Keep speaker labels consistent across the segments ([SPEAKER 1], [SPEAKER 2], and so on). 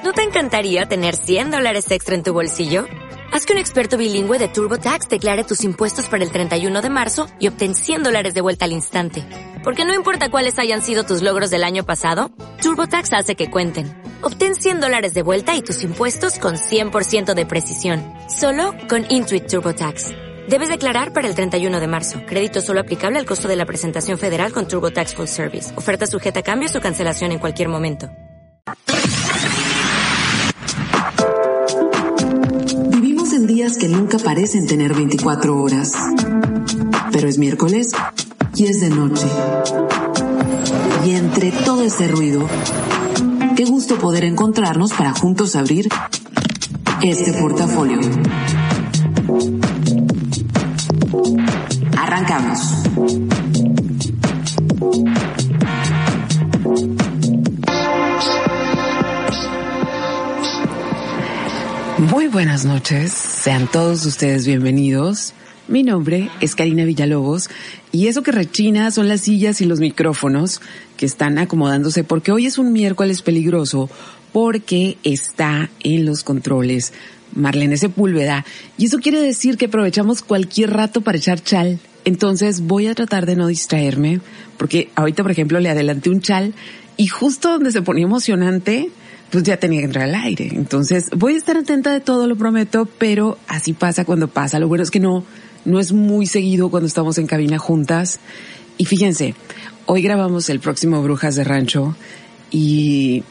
[SPEAKER 1] ¿No te encantaría tener $100 extra en tu bolsillo? Haz que un experto bilingüe de TurboTax declare tus impuestos para el 31 de marzo y obtén $100 de vuelta al instante. Porque no importa cuáles hayan sido tus logros del año pasado, TurboTax hace que cuenten. Obtén $100 de vuelta y tus impuestos con 100% de precisión. Solo con Intuit TurboTax. Debes declarar para el 31 de marzo. Crédito solo aplicable al costo de la presentación federal con TurboTax Full Service. Oferta sujeta a cambios o cancelación en cualquier momento.
[SPEAKER 2] Vivimos en días que nunca parecen tener 24 horas. Pero es miércoles y es de noche. Y entre todo ese ruido, qué gusto poder encontrarnos para juntos abrir este portafolio. Arrancamos. Muy buenas noches, sean todos ustedes bienvenidos. Mi nombre es Karina Villalobos y eso que rechina son las sillas y los micrófonos que están acomodándose porque hoy es un miércoles peligroso porque está en los controles Marlene Sepúlveda y eso quiere decir que aprovechamos cualquier rato para echar chal. Entonces voy a tratar de no distraerme porque ahorita, por ejemplo, le adelanté un chal y justo donde se ponía emocionante, pues ya tenía que entrar al aire. Entonces voy a estar atenta de todo, lo prometo, pero así pasa cuando pasa. Lo bueno es que no es muy seguido cuando estamos en cabina juntas. Y fíjense, hoy grabamos el próximo Brujas de Rancho y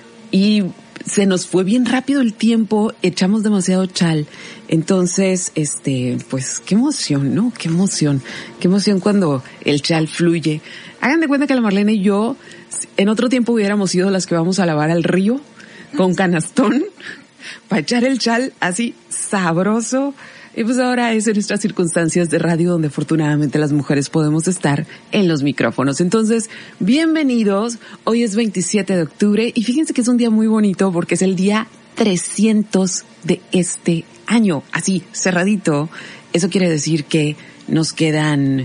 [SPEAKER 2] se nos fue bien rápido el tiempo, echamos demasiado chal. Entonces, pues qué emoción, ¿no? Qué emoción cuando el chal fluye. Hagan de cuenta que la Marlene y yo, en otro tiempo hubiéramos sido las que vamos a lavar al río con canastón para echar el chal así sabroso. Y pues ahora es en nuestras circunstancias de radio donde afortunadamente las mujeres podemos estar en los micrófonos. Entonces, bienvenidos. Hoy es 27 de octubre y fíjense que es un día muy bonito porque es el día 300 de este año. Así, cerradito. Eso quiere decir que nos quedan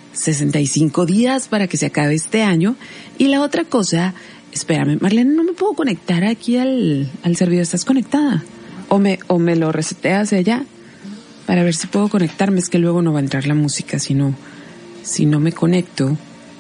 [SPEAKER 2] 65 días para que se acabe este año. Y la otra cosa, espérame, Marlene, no me puedo conectar aquí al servidor. ¿Estás conectada? O me lo reseteas allá para ver si puedo conectarme. Es que luego no va a entrar la música si no me conecto.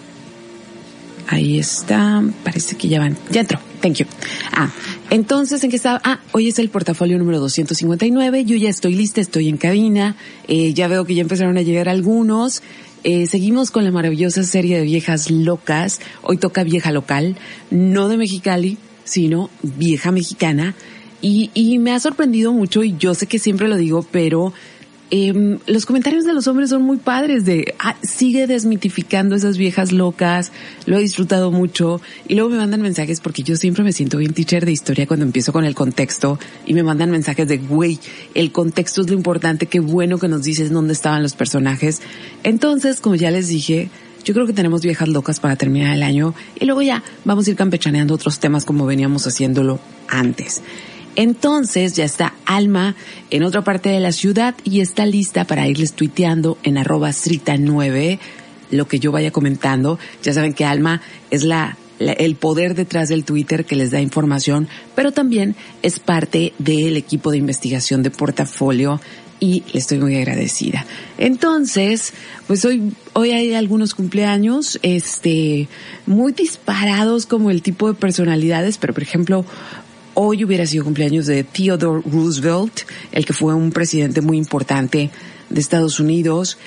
[SPEAKER 2] Ahí está, parece que ya entró. Thank you. Entonces, ¿en qué estaba? Hoy es el portafolio número 259. Yo ya estoy lista, estoy en cabina. Ya veo que ya empezaron a llegar algunos. Seguimos con la maravillosa serie de viejas locas. Hoy toca vieja local, no de Mexicali, sino vieja mexicana. Y me ha sorprendido mucho, y yo sé que siempre lo digo, pero los comentarios de los hombres son muy padres sigue desmitificando esas viejas locas, lo he disfrutado mucho, y luego me mandan mensajes porque yo siempre me siento bien teacher de historia cuando empiezo con el contexto, y me mandan mensajes de güey, el contexto es lo importante, qué bueno que nos dices dónde estaban los personajes. Entonces, como ya les dije, yo creo que tenemos viejas locas para terminar el año, y luego ya vamos a ir campechaneando otros temas como veníamos haciéndolo antes. Entonces ya está Alma en otra parte de la ciudad y está lista para irles tuiteando en @Srita9 lo que yo vaya comentando. Ya saben que Alma es el poder detrás del Twitter que les da información, pero también es parte del equipo de investigación de Portafolio y le estoy muy agradecida. Entonces, pues hoy hay algunos cumpleaños, muy disparados como el tipo de personalidades, pero por ejemplo, hoy hubiera sido cumpleaños de Theodore Roosevelt, el que fue un presidente muy importante de Estados Unidos.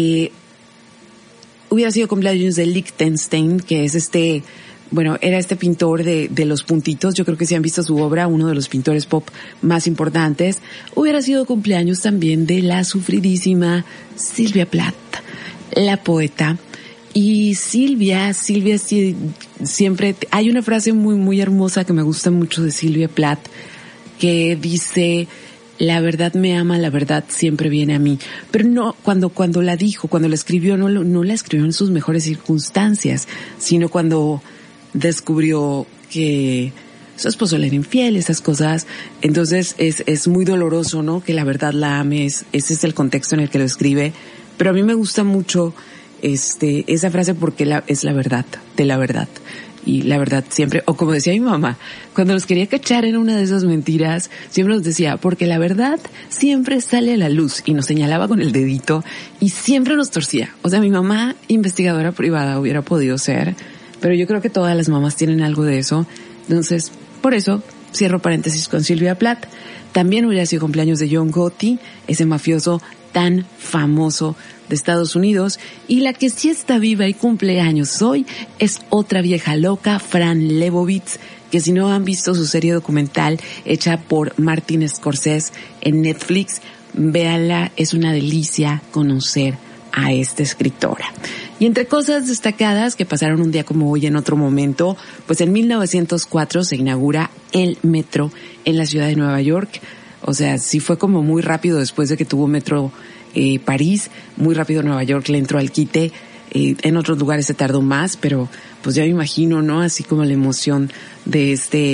[SPEAKER 2] Hubiera sido cumpleaños de Lichtenstein, que es era este pintor de los puntitos. Yo creo que si han visto su obra, uno de los pintores pop más importantes. Hubiera sido cumpleaños también de la sufridísima Sylvia Plath, la poeta. Y Silvia siempre, hay una frase muy, muy hermosa que me gusta mucho de Sylvia Plath, que dice, la verdad me ama, la verdad siempre viene a mí. Pero no, cuando la escribió, no la escribió en sus mejores circunstancias, sino cuando descubrió que su esposo le era infiel, esas cosas. Entonces es muy doloroso, ¿no? Que la verdad la ame, ese es el contexto en el que lo escribe. Pero a mí me gusta mucho esa frase porque es la verdad, de la verdad. Y la verdad siempre, o como decía mi mamá, cuando nos quería cachar en una de esas mentiras, siempre nos decía, porque la verdad siempre sale a la luz, y nos señalaba con el dedito y siempre nos torcía. O sea, mi mamá, investigadora privada, hubiera podido ser, pero yo creo que todas las mamás tienen algo de eso. Entonces, por eso, cierro paréntesis con Silvia Plath. También hubiera sido cumpleaños de John Gotti, ese mafioso tan famoso de Estados Unidos, y la que sí está viva y cumple años hoy es otra vieja loca, Fran Lebowitz, que si no han visto su serie documental hecha por Martin Scorsese en Netflix, véanla, es una delicia conocer a esta escritora. Y entre cosas destacadas que pasaron un día como hoy en otro momento, pues en 1904 se inaugura el metro en la ciudad de Nueva York. O sea, sí fue como muy rápido después de que tuvo metro París, muy rápido Nueva York le entró al quite. En otros lugares se tardó más, pero pues ya me imagino, ¿no? Así como la emoción de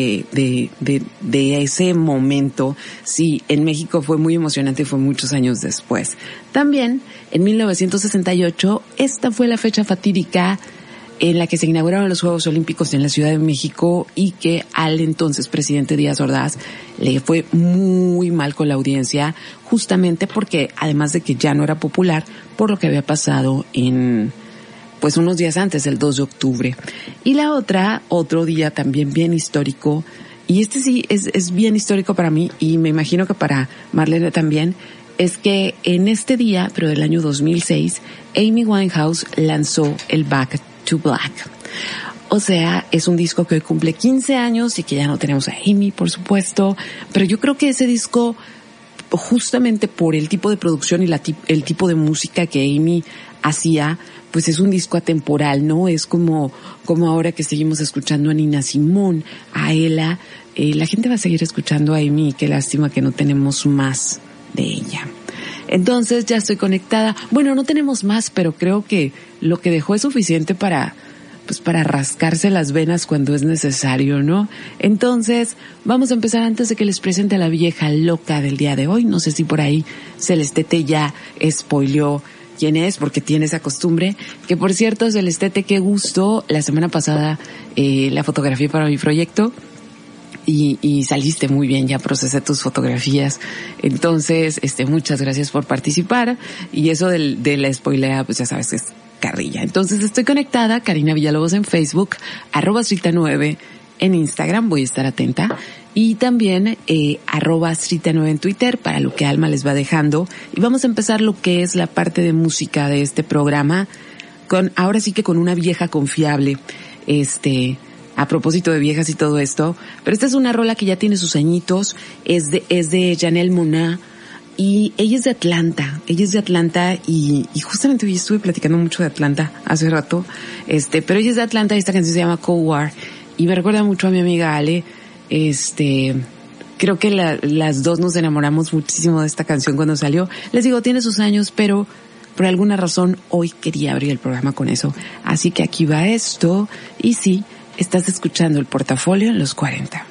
[SPEAKER 2] de ese momento. Sí, en México fue muy emocionante y fue muchos años después. También, en 1968, esta fue la fecha fatídica en la que se inauguraron los Juegos Olímpicos en la Ciudad de México y que al entonces presidente Díaz Ordaz le fue muy mal con la audiencia, justamente porque, además de que ya no era popular, por lo que había pasado pues unos días antes, el 2 de octubre. Y la otro día también bien histórico, y este sí es bien histórico para mí, y me imagino que para Marlene también, es que en este día, pero del año 2006, Amy Winehouse lanzó el Back to Black. O sea, es un disco que hoy cumple 15 años y que ya no tenemos a Amy, por supuesto, pero yo creo que ese disco, justamente por el tipo de producción y el tipo de música que Amy hacía, pues es un disco atemporal, ¿no? Es como ahora que seguimos escuchando a Nina Simone, a Ella, la gente va a seguir escuchando a Amy, y qué lástima que no tenemos más de ella. Entonces ya estoy conectada. Bueno, no tenemos más, pero creo que lo que dejó es suficiente para rascarse las venas cuando es necesario, ¿no? Entonces, vamos a empezar antes de que les presente a la vieja loca del día de hoy. No sé si por ahí Celestete ya spoileó quién es, porque tiene esa costumbre. Que por cierto, Celestete, qué gusto. La semana pasada la fotografié para mi proyecto. Y saliste muy bien, ya procesé tus fotografías. Entonces, muchas gracias por participar. Y eso de la spoilea, pues ya sabes que es carrilla. Entonces estoy conectada, Karina Villalobos en Facebook, @Srita9 en Instagram, voy a estar atenta. Y también, @Srita9 en Twitter, para lo que Alma les va dejando. Y vamos a empezar lo que es la parte de música de este programa, ahora sí que con una vieja confiable, a propósito de viejas y todo esto, pero esta es una rola que ya tiene sus añitos, es de Janelle Monáe, y ella es de Atlanta, y justamente hoy estuve platicando mucho de Atlanta hace rato, pero ella es de Atlanta y esta canción se llama Cold War, y me recuerda mucho a mi amiga Ale, creo que las dos nos enamoramos muchísimo de esta canción cuando salió. Les digo, tiene sus años, pero por alguna razón hoy quería abrir el programa con eso, así que aquí va esto, y sí, estás escuchando el Portafolio en los 40.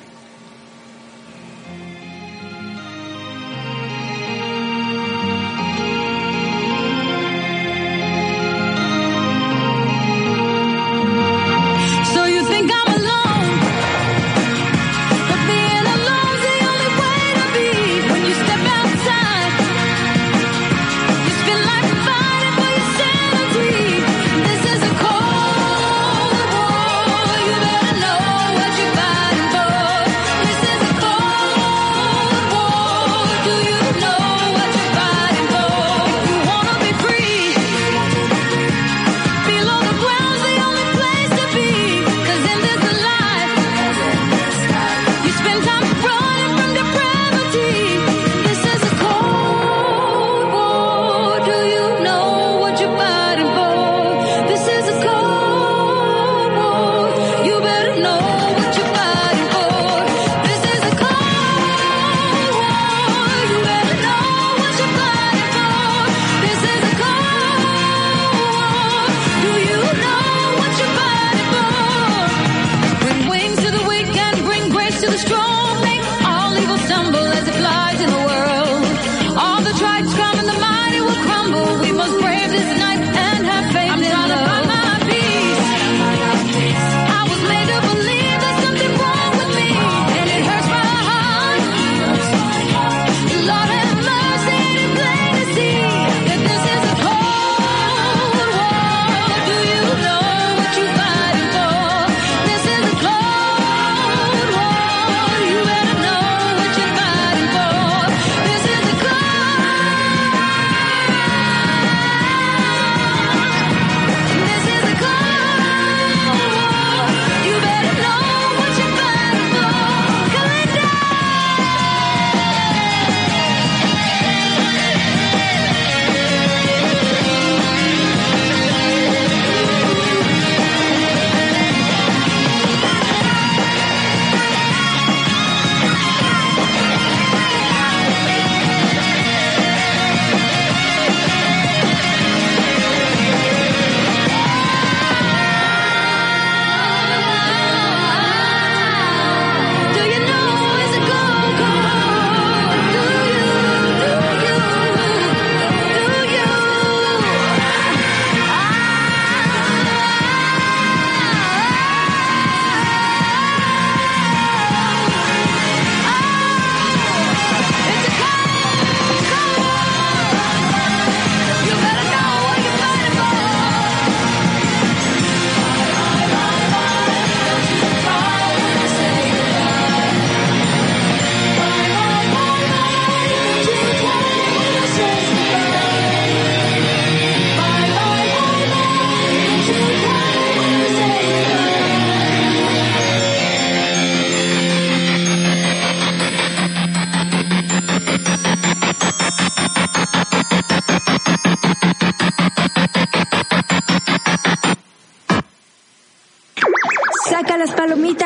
[SPEAKER 2] I was made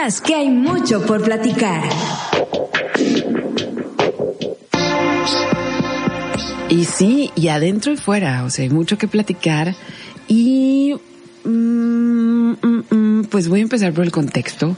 [SPEAKER 3] más, que hay mucho por platicar.
[SPEAKER 2] Y sí, y adentro y fuera, o sea, hay mucho que platicar y pues voy a empezar por el contexto.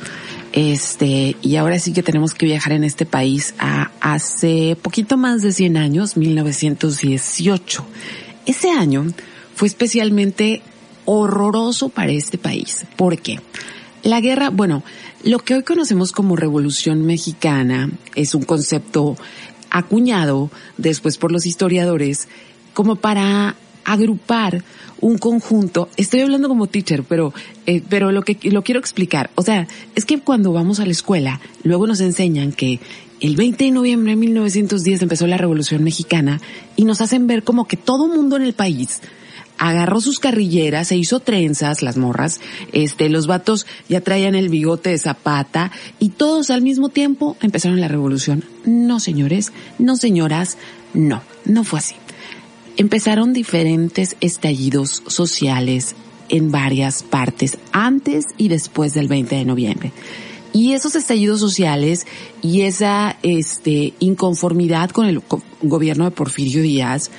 [SPEAKER 2] Y ahora sí que tenemos que viajar en este país a hace poquito más de 100 años, 1918. Ese año fue especialmente horroroso para este país. ¿Por qué? La guerra, bueno, lo que hoy conocemos como Revolución Mexicana es un concepto acuñado después por los historiadores como para agrupar un conjunto. Estoy hablando como teacher, pero lo quiero explicar. O sea, es que cuando vamos a la escuela, luego nos enseñan que el 20 de noviembre de 1910 empezó la Revolución Mexicana y nos hacen ver como que todo mundo en el país agarró sus carrilleras, se hizo trenzas, las morras, los vatos ya traían el bigote de Zapata y todos al mismo tiempo empezaron la revolución. No, señores, no, señoras, no fue así. Empezaron diferentes estallidos sociales en varias partes, antes y después del 20 de noviembre. Y esos estallidos sociales y esa inconformidad con el gobierno de Porfirio Díaz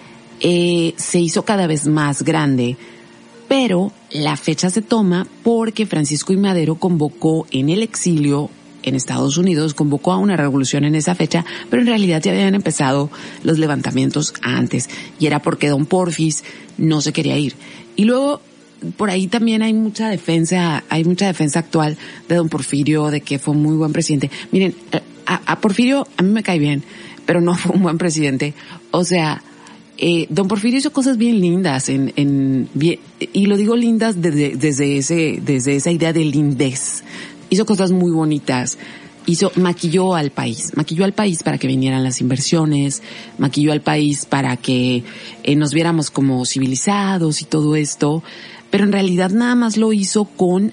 [SPEAKER 2] se hizo cada vez más grande, pero la fecha se toma porque Francisco I. Madero convocó en el exilio en Estados Unidos, convocó a una revolución en esa fecha, pero en realidad ya habían empezado los levantamientos antes, y era porque don Porfis no se quería ir. Y luego, por ahí también hay mucha defensa actual de don Porfirio, de que fue un muy buen presidente. Miren, a Porfirio a mí me cae bien, pero no fue un buen presidente. O sea, don Porfirio hizo cosas bien lindas y lo digo lindas desde esa idea de lindez. Hizo cosas muy bonitas. Maquilló al país para que vinieran las inversiones, maquilló al país para que nos viéramos como civilizados y todo esto, pero en realidad nada más lo hizo con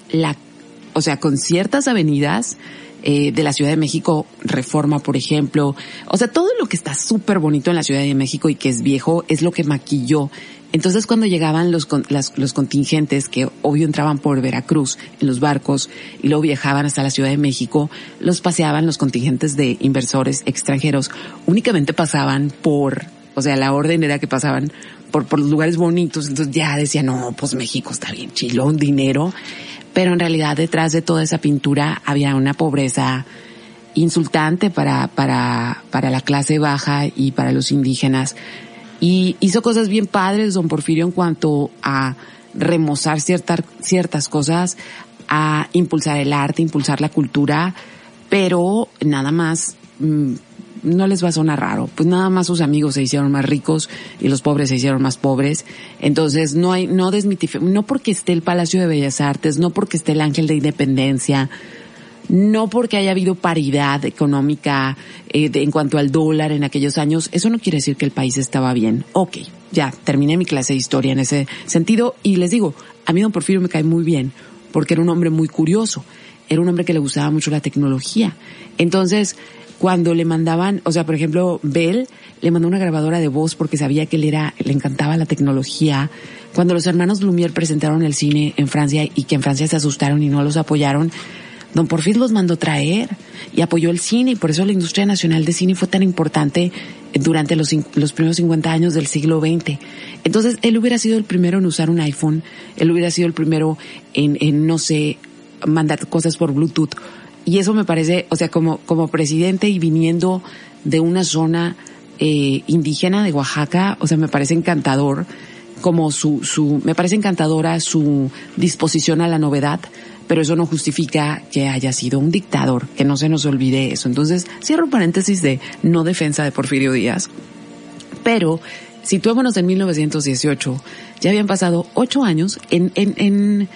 [SPEAKER 2] ciertas avenidas de la Ciudad de México, Reforma, por ejemplo. O sea, todo lo que está súper bonito en la Ciudad de México y que es viejo es lo que maquilló. Entonces, cuando llegaban los contingentes, que obvio entraban por Veracruz en los barcos y luego viajaban hasta la Ciudad de México, los paseaban los contingentes de inversores extranjeros. Únicamente pasaban la orden era que pasaban por los lugares bonitos. Entonces ya decían, no, pues México está bien chilón, dinero. Pero en realidad detrás de toda esa pintura había una pobreza insultante para la clase baja y para los indígenas. Y hizo cosas bien padres don Porfirio en cuanto a remozar ciertas cosas, a impulsar el arte, impulsar la cultura, pero nada más, no les va a sonar raro, pues nada más sus amigos se hicieron más ricos y los pobres se hicieron más pobres. Entonces no porque esté el Palacio de Bellas Artes, no porque esté el Ángel de Independencia, no porque haya habido paridad económica en cuanto al dólar en aquellos años, eso no quiere decir que el país estaba bien. Ok, ya terminé mi clase de historia en ese sentido y les digo, a mí don Porfirio me cae muy bien porque era un hombre muy curioso, era un hombre que le gustaba mucho la tecnología. Entonces, cuando le mandaban, por ejemplo, Bell le mandó una grabadora de voz porque sabía que le encantaba la tecnología. Cuando los hermanos Lumière presentaron el cine en Francia y que en Francia se asustaron y no los apoyaron, don Porfirio los mandó traer y apoyó el cine, y por eso la industria nacional de cine fue tan importante durante los primeros 50 años del siglo XX. Entonces, él hubiera sido el primero en usar un iPhone, él hubiera sido el primero en mandar cosas por Bluetooth. Y eso me parece, como presidente y viniendo de una zona indígena de Oaxaca, me parece encantador me parece encantadora su disposición a la novedad, pero eso no justifica que haya sido un dictador, que no se nos olvide eso. Entonces, cierro paréntesis de no defensa de Porfirio Díaz, pero situémonos en 1918, ya habían pasado 8 años, en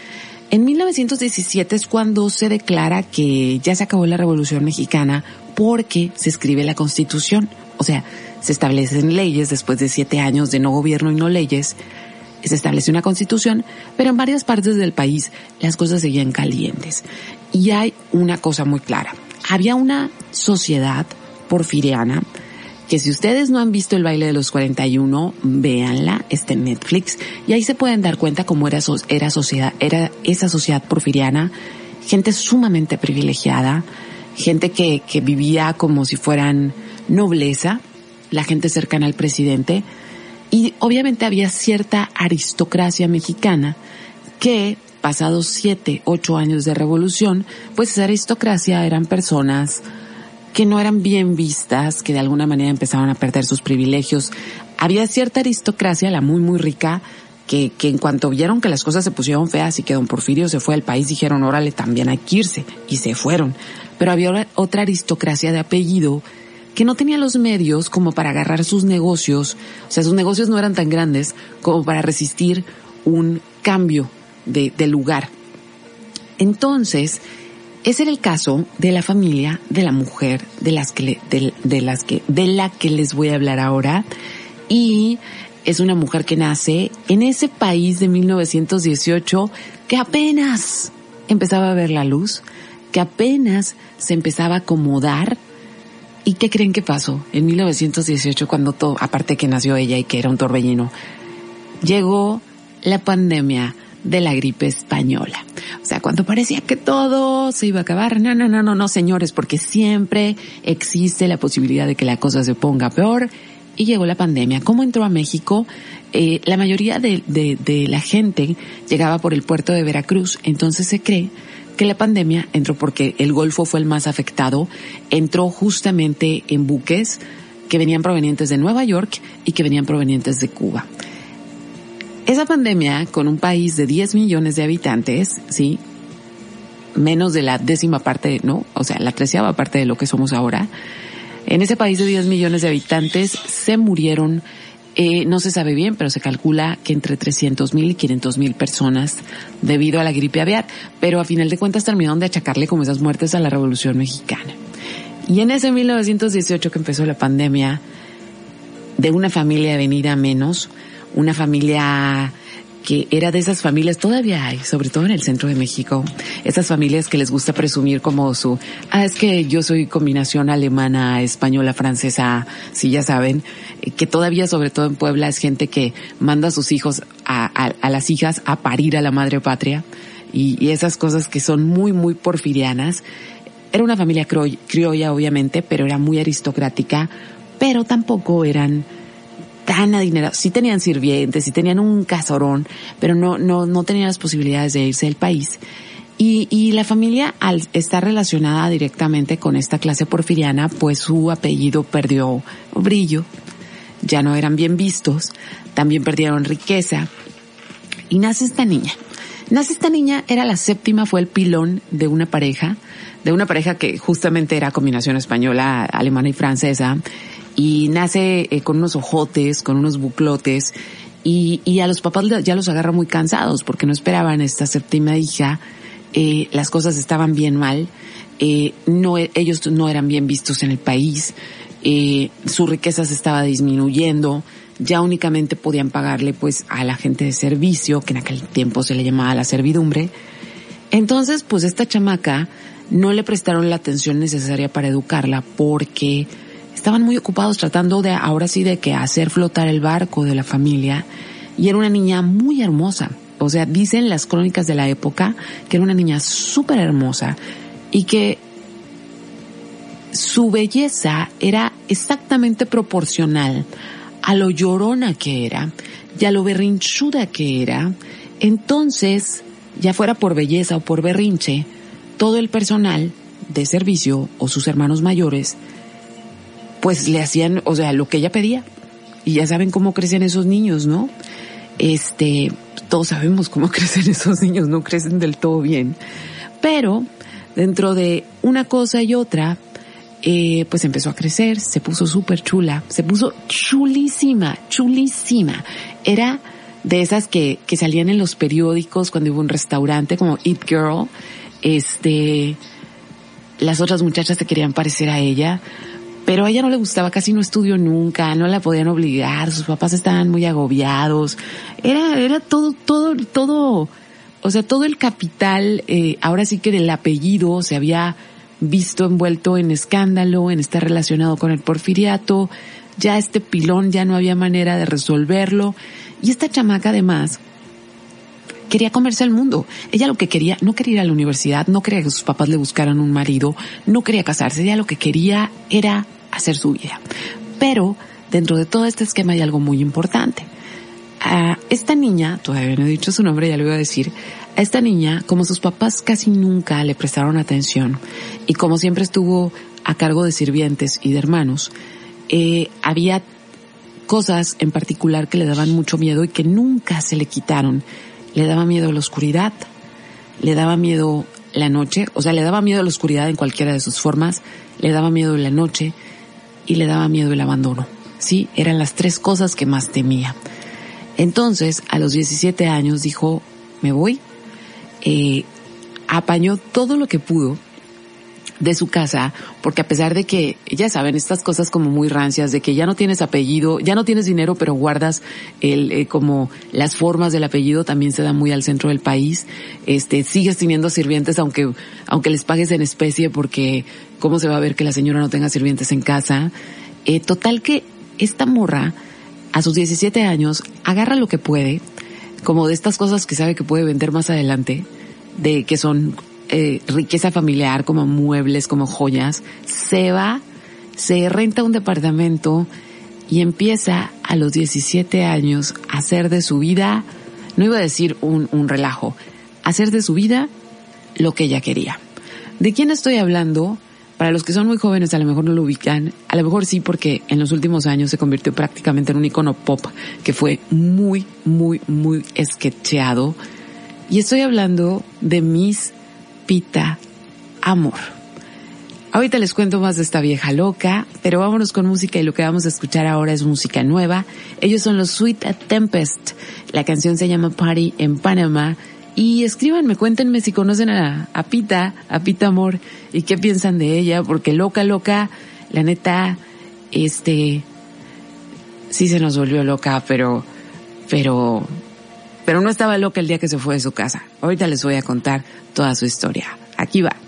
[SPEAKER 2] 1917 es cuando se declara que ya se acabó la Revolución Mexicana porque se escribe la Constitución. O sea, se establecen leyes después de 7 años de no gobierno y no leyes. Se establece una Constitución, pero en varias partes del país las cosas seguían calientes. Y hay una cosa muy clara. Había una sociedad porfiriana que si ustedes no han visto El baile de los 41, véanla, está en Netflix, y ahí se pueden dar cuenta cómo era esa sociedad porfiriana gente sumamente privilegiada, gente que vivía como si fueran nobleza, la gente cercana al presidente, y obviamente había cierta aristocracia mexicana que, pasados 7, 8 años de revolución, pues esa aristocracia eran personas que no eran bien vistas, que de alguna manera empezaban a perder sus privilegios. Había cierta aristocracia, la muy, muy rica, que en cuanto vieron que las cosas se pusieron feas y que don Porfirio se fue al país, dijeron, órale, también hay que irse, y se fueron. Pero había otra aristocracia de apellido que no tenía los medios como para agarrar sus negocios, o sea, sus negocios no eran tan grandes como para resistir un cambio de lugar. Entonces, ese era el caso de la familia de la mujer de la que les voy a hablar ahora, y es una mujer que nace en ese país de 1918 que apenas empezaba a ver la luz, que apenas se empezaba a acomodar. ¿Y qué creen que pasó en 1918 cuando todo, aparte que nació ella y que era un torbellino, llegó la pandemia de la gripe española? O sea, cuando parecía que todo se iba a acabar, no, señores, porque siempre existe la posibilidad de que la cosa se ponga peor, y llegó la pandemia. ¿Cómo entró a México? La mayoría de la gente llegaba por el puerto de Veracruz, entonces se cree que la pandemia entró porque el Golfo fue el más afectado, entró justamente en buques que venían provenientes de Nueva York y que venían provenientes de Cuba. Esa pandemia, con un país de 10 millones de habitantes, sí, menos de la 10ª parte, ¿no? O sea, la 13ª parte de lo que somos ahora. En ese país de 10 millones de habitantes se murieron, no se sabe bien, pero se calcula que entre 300,000 y 500,000 personas debido a la gripe aviar, pero a final de cuentas terminaron de achacarle como esas muertes a la Revolución Mexicana. Y en ese 1918 que empezó la pandemia, de una familia venida a menos, una familia que era de esas familias, todavía hay, sobre todo en el centro de México, esas familias que les gusta presumir como su, es que yo soy combinación alemana, española, francesa, sí, ya saben, que todavía, sobre todo en Puebla, es gente que manda a sus hijos, a las hijas, a parir a la madre patria, y esas cosas que son muy, muy porfirianas. Era una familia criolla, obviamente, pero era muy aristocrática, pero tampoco eran tan adinerados. Sí tenían sirvientes, sí tenían un casorón, pero no tenían las posibilidades de irse del país. Y la familia, al estar relacionada directamente con esta clase porfiriana, pues su apellido perdió brillo, ya no eran bien vistos, también perdieron riqueza, y nace esta niña. Era la 7ª, fue el pilón de una pareja que justamente era combinación española, alemana y francesa, y nace con unos ojotes, con unos buclotes, y a los papás ya los agarra muy cansados porque no esperaban esta 7ª hija. Las cosas estaban bien mal, ellos no eran bien vistos en el país, su riqueza se estaba disminuyendo, ya únicamente podían pagarle pues a la gente de servicio, que en aquel tiempo se le llamaba la servidumbre. Entonces pues esta chamaca no le prestaron la atención necesaria para educarla porque estaban muy ocupados tratando de, ahora sí, de que hacer flotar el barco de la familia, y era una niña muy hermosa. O sea, dicen las crónicas de la época que era una niña súper hermosa y que su belleza era exactamente proporcional a lo llorona que era y a lo berrinchuda que era. Entonces, ya fuera por belleza o por berrinche, todo el personal de servicio o sus hermanos mayores pues le hacían, o sea, lo que ella pedía. Y ya saben cómo crecen esos niños, ¿no? Todos sabemos cómo crecen esos niños, no crecen del todo bien. Pero dentro de una cosa y otra, pues empezó a crecer, se puso súper chula, se puso chulísima. Era de esas que salían en los periódicos cuando hubo un restaurante, como Eat Girl. Las otras muchachas se querían parecer a ella, pero a ella no le gustaba, casi no estudió nunca, no la podían obligar, sus papás estaban muy agobiados. Era todo, o sea, todo el capital, ahora sí que del apellido se había visto envuelto en escándalo, en estar relacionado con el porfiriato. Ya este pilón ya no había manera de resolverlo. Y esta chamaca además quería comerse el mundo. Ella lo que quería, no quería ir a la universidad, no quería que sus papás le buscaran un marido, no quería casarse. Ella lo que quería era hacer su vida. Pero dentro de todo este esquema hay algo muy importante. A esta niña, todavía no he dicho su nombre, ya lo iba a decir, a esta niña, como sus papás casi nunca le prestaron atención y como siempre estuvo a cargo de sirvientes y de hermanos, había cosas en particular que le daban mucho miedo y que nunca se le quitaron. Le daba miedo la oscuridad, le daba miedo la noche, o sea, le daba miedo la oscuridad en cualquiera de sus formas, le daba miedo la noche y le daba miedo el abandono. Sí, eran las tres cosas que más temía. Entonces, a los 17 años dijo, me voy. Apañó todo lo que pudo de su casa, porque a pesar de que, ya saben, estas cosas como muy rancias, de que ya no tienes apellido, ya no tienes dinero, pero guardas como las formas del apellido, también se da muy al centro del país. Sigues teniendo sirvientes aunque les pagues en especie, porque cómo se va a ver que la señora no tenga sirvientes en casa. Total que esta morra, a sus 17 años, agarra lo que puede, como de estas cosas que sabe que puede vender más adelante, de que son riqueza familiar, como muebles, como joyas, se va, se renta un departamento y empieza a los 17 años a hacer de su vida, no iba a decir un relajo, hacer de su vida lo que ella quería. ¿De quién estoy hablando? Para los que son muy jóvenes a lo mejor no lo ubican, a lo mejor sí, porque en los últimos años se convirtió prácticamente en un icono pop que fue muy, muy, muy sketcheado. Y estoy hablando de Miss Pita Amor. Ahorita les cuento más de esta vieja loca, pero vámonos con música y lo que vamos a escuchar ahora es música nueva. Ellos son los Sweet Tempest. La canción se llama Party in Panama. Y escríbanme, cuéntenme si conocen a Pita Amor y qué piensan de ella, porque loca, la neta, sí se nos volvió loca, pero no estaba loca el día que se fue de su casa. Ahorita les voy a contar toda su historia. Aquí va.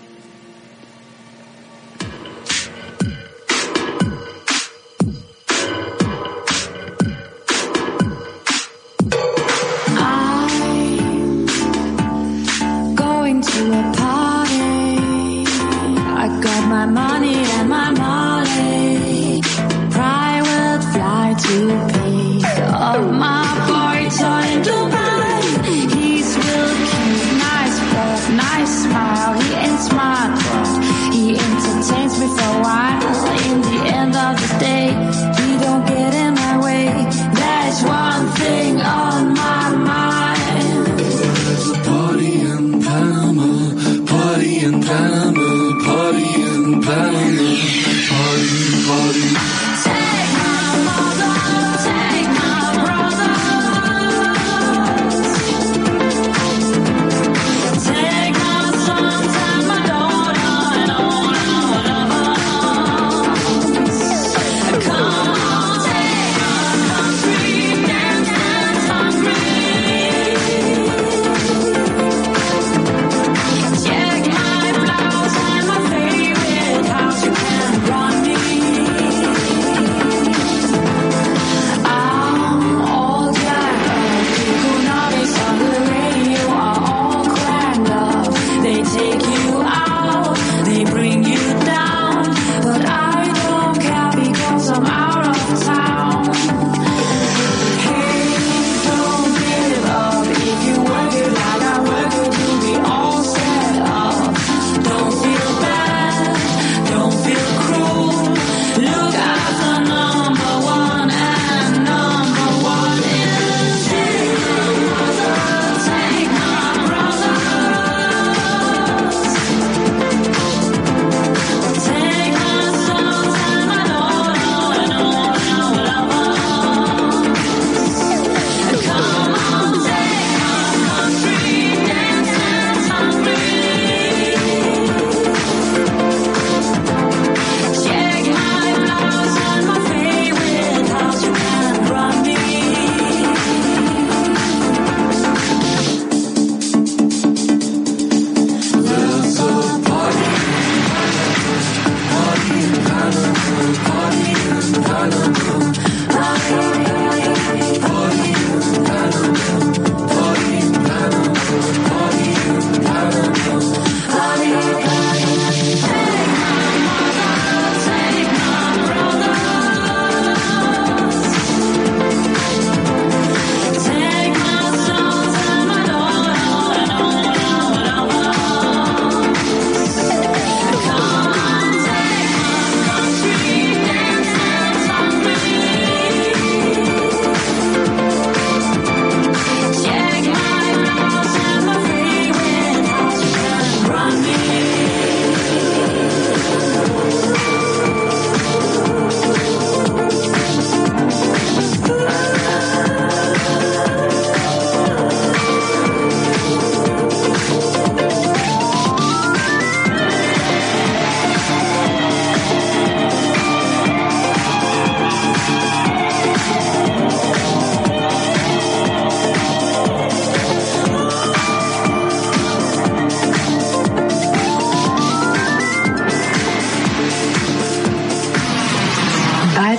[SPEAKER 4] Party in Panama, party in Panama.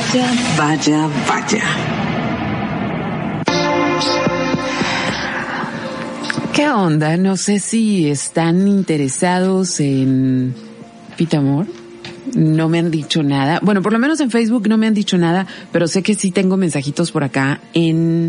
[SPEAKER 2] Vaya, vaya, vaya. ¿Qué onda? No sé si están interesados en Pita Amor. No me han dicho nada. Bueno, por lo menos en Facebook no me han dicho nada, pero sé que sí tengo mensajitos por acá en...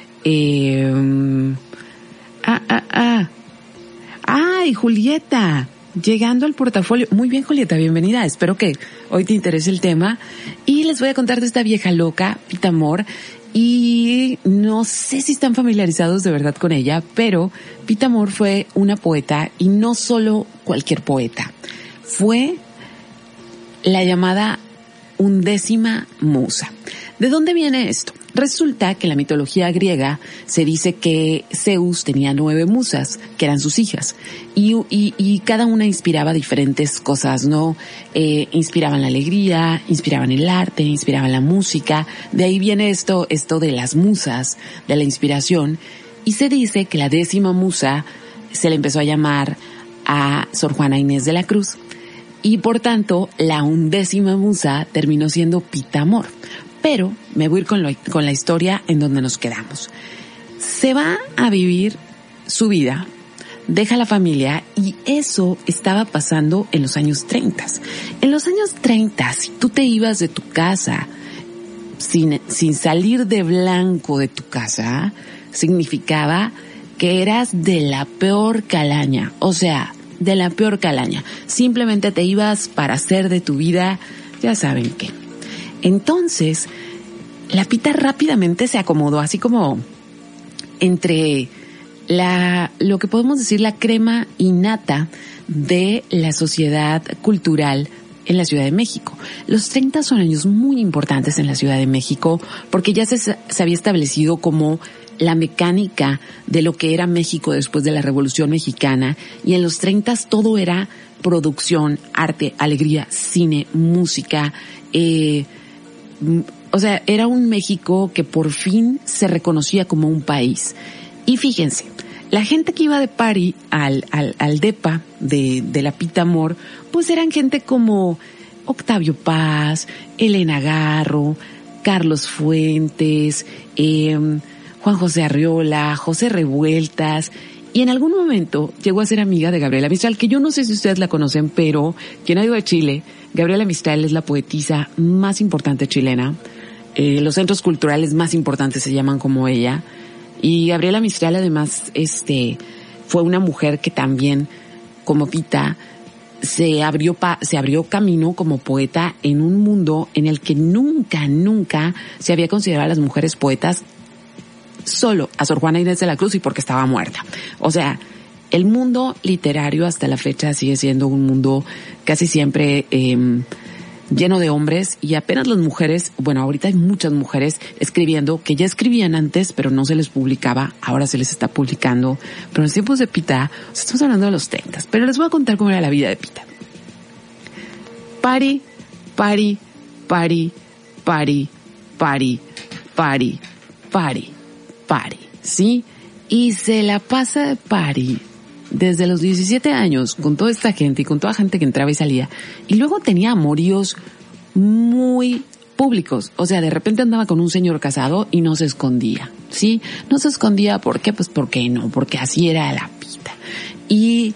[SPEAKER 2] ¡Ay, Julieta! Llegando al portafolio. Muy bien, Julieta, bienvenida. Espero que hoy te interese el tema. Y les voy a contar de esta vieja loca, Pita Amor. Y no sé si están familiarizados de verdad con ella, pero Pita Amor fue una poeta, y no solo cualquier poeta. Fue la llamada 11ª musa. ¿De dónde viene esto? Resulta que en la mitología griega se dice que Zeus tenía 9 musas, que eran sus hijas, y cada una inspiraba diferentes cosas, ¿no? Inspiraban la alegría, inspiraban el arte, inspiraban la música. De ahí viene esto de las musas, de la inspiración, y se dice que la 10ª musa se le empezó a llamar a Sor Juana Inés de la Cruz, y por tanto la 11ª musa terminó siendo Pita Amor. Pero me voy a ir con la historia en donde nos quedamos. Se va a vivir su vida, deja la familia, y eso estaba pasando en los años 30. En los años 30, si tú te ibas de tu casa sin salir de blanco de tu casa, significaba que eras de la peor calaña. O sea, de la peor calaña. Simplemente te ibas para hacer de tu vida, ya saben qué. Entonces, la Pita rápidamente se acomodó, así como entre lo que podemos decir la crema innata de la sociedad cultural en la Ciudad de México. Los 30 son años muy importantes en la Ciudad de México, porque ya se había establecido como la mecánica de lo que era México después de la Revolución Mexicana, y en los 30 todo era producción, arte, alegría, cine, música, o sea, era un México que por fin se reconocía como un país. Y fíjense, la gente que iba de party al depa de la Pita Amor, pues eran gente como Octavio Paz, Elena Garro, Carlos Fuentes, Juan José Arriola, José Revueltas, y en algún momento llegó a ser amiga de Gabriela Mistral, que yo no sé si ustedes la conocen, pero quien ha ido a Chile, Gabriela Mistral es la poetisa más importante chilena. Los centros culturales más importantes se llaman como ella. Y Gabriela Mistral además, fue una mujer que también, como Pita, se abrió camino como poeta en un mundo en el que nunca se había considerado a las mujeres poetas, solo a Sor Juana Inés de la Cruz, y porque estaba muerta. O sea, el mundo literario hasta la fecha sigue siendo un mundo casi siempre lleno de hombres, y apenas las mujeres, bueno, ahorita hay muchas mujeres escribiendo que ya escribían antes, pero no se les publicaba, ahora se les está publicando. Pero en los tiempos de Pita, estamos hablando de los 30, pero les voy a contar cómo era la vida de Pita. Party, party, party, party, party, party, party, party, ¿sí? Y se la pasa de party desde los 17 años con toda esta gente y con toda gente que entraba y salía. Y luego tenía amoríos muy públicos. O sea, de repente andaba con un señor casado y no se escondía, ¿sí? No se escondía, ¿por qué? Pues porque no, porque así era la Pita. Y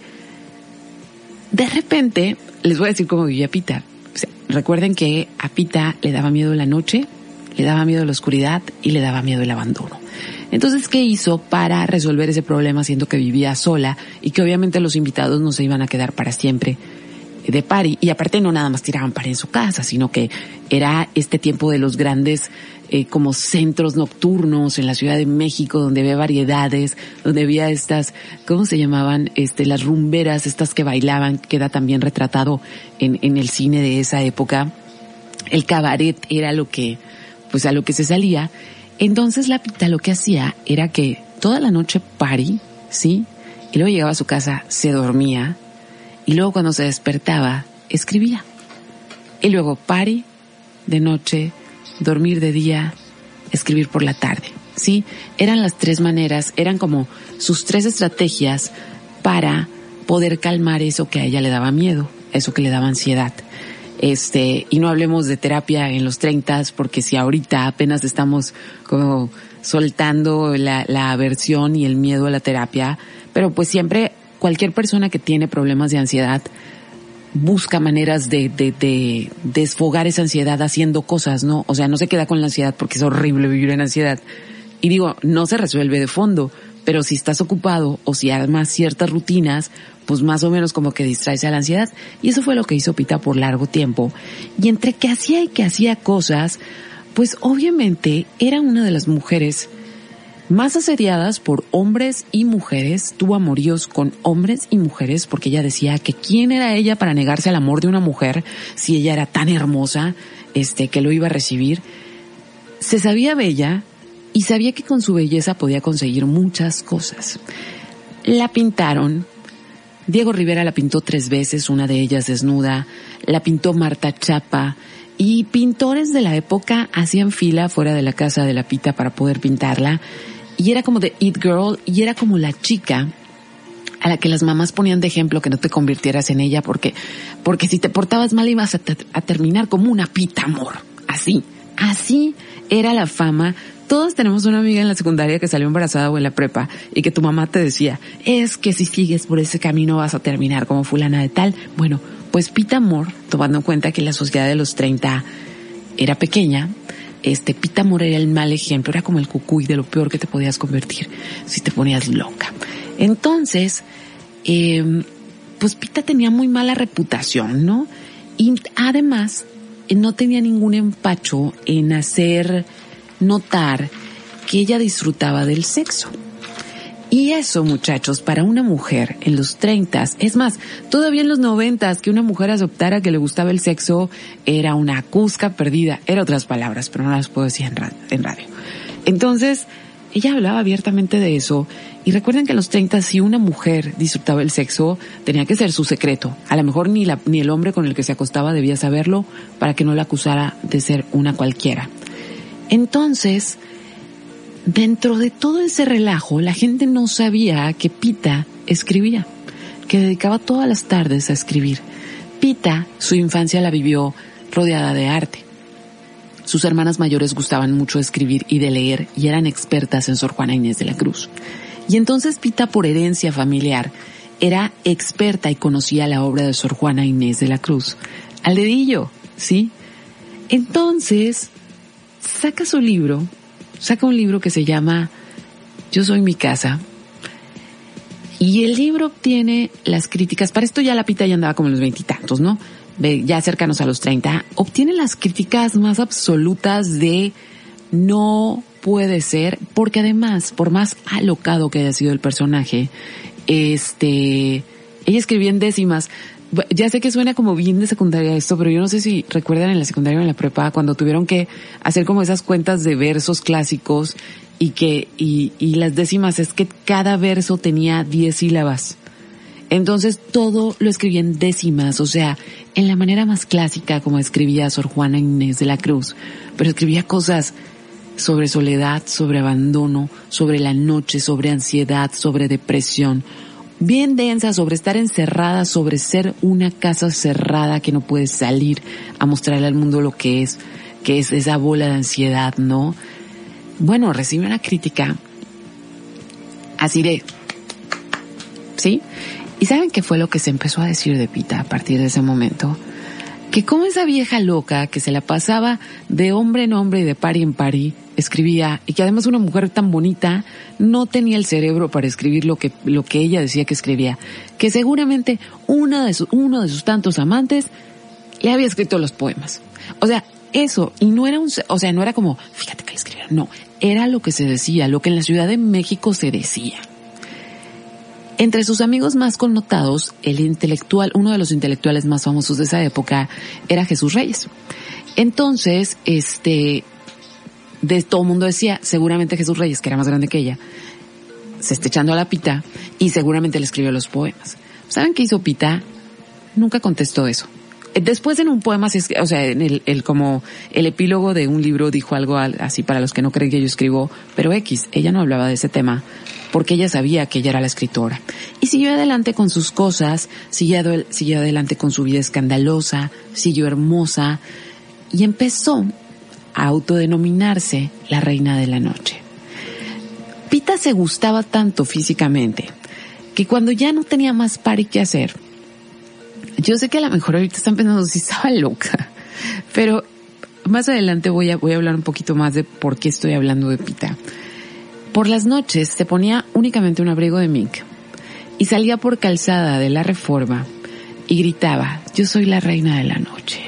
[SPEAKER 2] de repente, les voy a decir cómo vivía Pita. O sea, recuerden que a Pita le daba miedo la noche, le daba miedo la oscuridad y le daba miedo el abandono. Entonces, ¿qué hizo para resolver ese problema, siendo que vivía sola y que obviamente los invitados no se iban a quedar para siempre de party? Y aparte no nada más tiraban party en su casa, sino que era este tiempo de los grandes como centros nocturnos en la Ciudad de México, donde había variedades, donde había estas, ¿cómo se llamaban? Las rumberas, estas que bailaban, queda también retratado en el cine de esa época. El cabaret era lo que, pues a lo que se salía. Entonces la Pita lo que hacía era que toda la noche party, ¿sí? Y luego llegaba a su casa, se dormía, y luego cuando se despertaba, escribía. Y luego party de noche, dormir de día, escribir por la tarde, ¿sí? Eran las 3 maneras, eran como sus 3 estrategias para poder calmar eso que a ella le daba miedo, eso que le daba ansiedad. Y no hablemos de terapia en los 30, porque si ahorita apenas estamos como soltando la aversión y el miedo a la terapia, pero pues siempre cualquier persona que tiene problemas de ansiedad busca maneras de desfogar esa ansiedad haciendo cosas, ¿no? O sea, no se queda con la ansiedad porque es horrible vivir en ansiedad. Y digo, no se resuelve de fondo, pero si estás ocupado o si armas ciertas rutinas, pues más o menos como que distraes a la ansiedad. Y eso fue lo que hizo Pita por largo tiempo. Y entre que hacía y que hacía cosas, pues obviamente era una de las mujeres más asediadas por hombres y mujeres. Tuvo amoríos con hombres y mujeres porque ella decía que quién era ella para negarse al amor de una mujer si ella era tan hermosa, que lo iba a recibir. Se sabía bella y sabía que con su belleza podía conseguir muchas cosas. La pintaron. Diego Rivera la pintó 3 veces, una de ellas desnuda. La pintó Marta Chapa. Y pintores de la época hacían fila fuera de la casa de la Pita para poder pintarla. Y era como The It Girl, y era como la chica a la que las mamás ponían de ejemplo que no te convirtieras en ella porque si te portabas mal ibas a terminar como una Pita Amor. Así era la fama. Todos tenemos una amiga en la secundaria que salió embarazada o en la prepa y que tu mamá te decía, es que si sigues por ese camino vas a terminar como fulana de tal. Bueno, pues Pita Amor, tomando en cuenta que la sociedad de los 30 era pequeña, Pita Amor era el mal ejemplo, era como el cucuy de lo peor que te podías convertir si te ponías loca. Entonces, pues Pita tenía muy mala reputación, ¿no? Y además, no tenía ningún empacho en hacer notar que ella disfrutaba del sexo. Y eso, muchachos, para una mujer en los 30, es más, todavía en los 90, que una mujer aceptara que le gustaba el sexo era una cusca perdida. Eran otras palabras, pero no las puedo decir en radio. Entonces, ella hablaba abiertamente de eso. Y recuerden que en los 30, si una mujer disfrutaba el sexo, tenía que ser su secreto. A lo mejor ni el hombre con el que se acostaba debía saberlo para que no la acusara de ser una cualquiera. Entonces, dentro de todo ese relajo, la gente no sabía que Pita escribía, que dedicaba todas las tardes a escribir. Pita, su infancia la vivió rodeada de arte. Sus hermanas mayores gustaban mucho de escribir y de leer y eran expertas en Sor Juana Inés de la Cruz. Y entonces Pita, por herencia familiar, era experta y conocía la obra de Sor Juana Inés de la Cruz al dedillo, ¿sí? Entonces, saca un libro que se llama Yo soy mi casa. Y el libro obtiene las críticas. Para esto ya la Pita ya andaba como en los 20 y tantos, ¿no? Ya cercanos a los 30. Obtiene las críticas más absolutas de no puede ser, porque además, por más alocado que haya sido el personaje, ella escribía en décimas. Ya sé que suena como bien de secundaria esto, pero yo no sé si recuerdan en la secundaria o en la prepa cuando tuvieron que hacer como esas cuentas de versos clásicos y las décimas es que cada verso tenía 10 sílabas. Entonces todo lo escribía en décimas, o sea, en la manera más clásica como escribía Sor Juana Inés de la Cruz, pero escribía cosas sobre soledad, sobre abandono, sobre la noche, sobre ansiedad, sobre depresión, bien densa, sobre estar encerrada, sobre ser una casa cerrada que no puede salir a mostrarle al mundo lo que es esa bola de ansiedad, ¿no? Bueno, recibe una crítica así de, ¿sí? ¿Y saben qué fue lo que se empezó a decir de Pita a partir de ese momento? Que como esa vieja loca que se la pasaba de hombre en hombre y de pari en pari, escribía, y que además una mujer tan bonita no tenía el cerebro para escribir lo que ella decía que escribía, que seguramente uno de sus tantos amantes le había escrito los poemas. O sea, eso, y no era no era como, fíjate que le escribieron, no, era lo que se decía, lo que en la Ciudad de México se decía. Entre sus amigos más connotados, uno de los intelectuales más famosos de esa época era Jesús Reyes. Entonces, de todo el mundo decía, seguramente Jesús Reyes, que era más grande que ella, se está echando a la Pita y seguramente le escribió los poemas. ¿Saben qué hizo Pita? Nunca contestó eso. Después en un poema, o sea, en como el epílogo de un libro dijo algo así para los que no creen que yo escribo, pero ella no hablaba de ese tema porque ella sabía que ella era la escritora. Y siguió adelante con sus cosas, siguió adelante con su vida escandalosa, siguió hermosa y empezó a autodenominarse la reina de la noche. Pita se gustaba tanto físicamente que cuando ya no tenía más party que hacer, yo sé que a lo mejor ahorita están pensando si estaba loca, pero más adelante voy a hablar un poquito más de por qué estoy hablando de Pita. Por las noches se ponía únicamente un abrigo de mink y salía por Calzada de la Reforma y gritaba, yo soy la reina de la noche.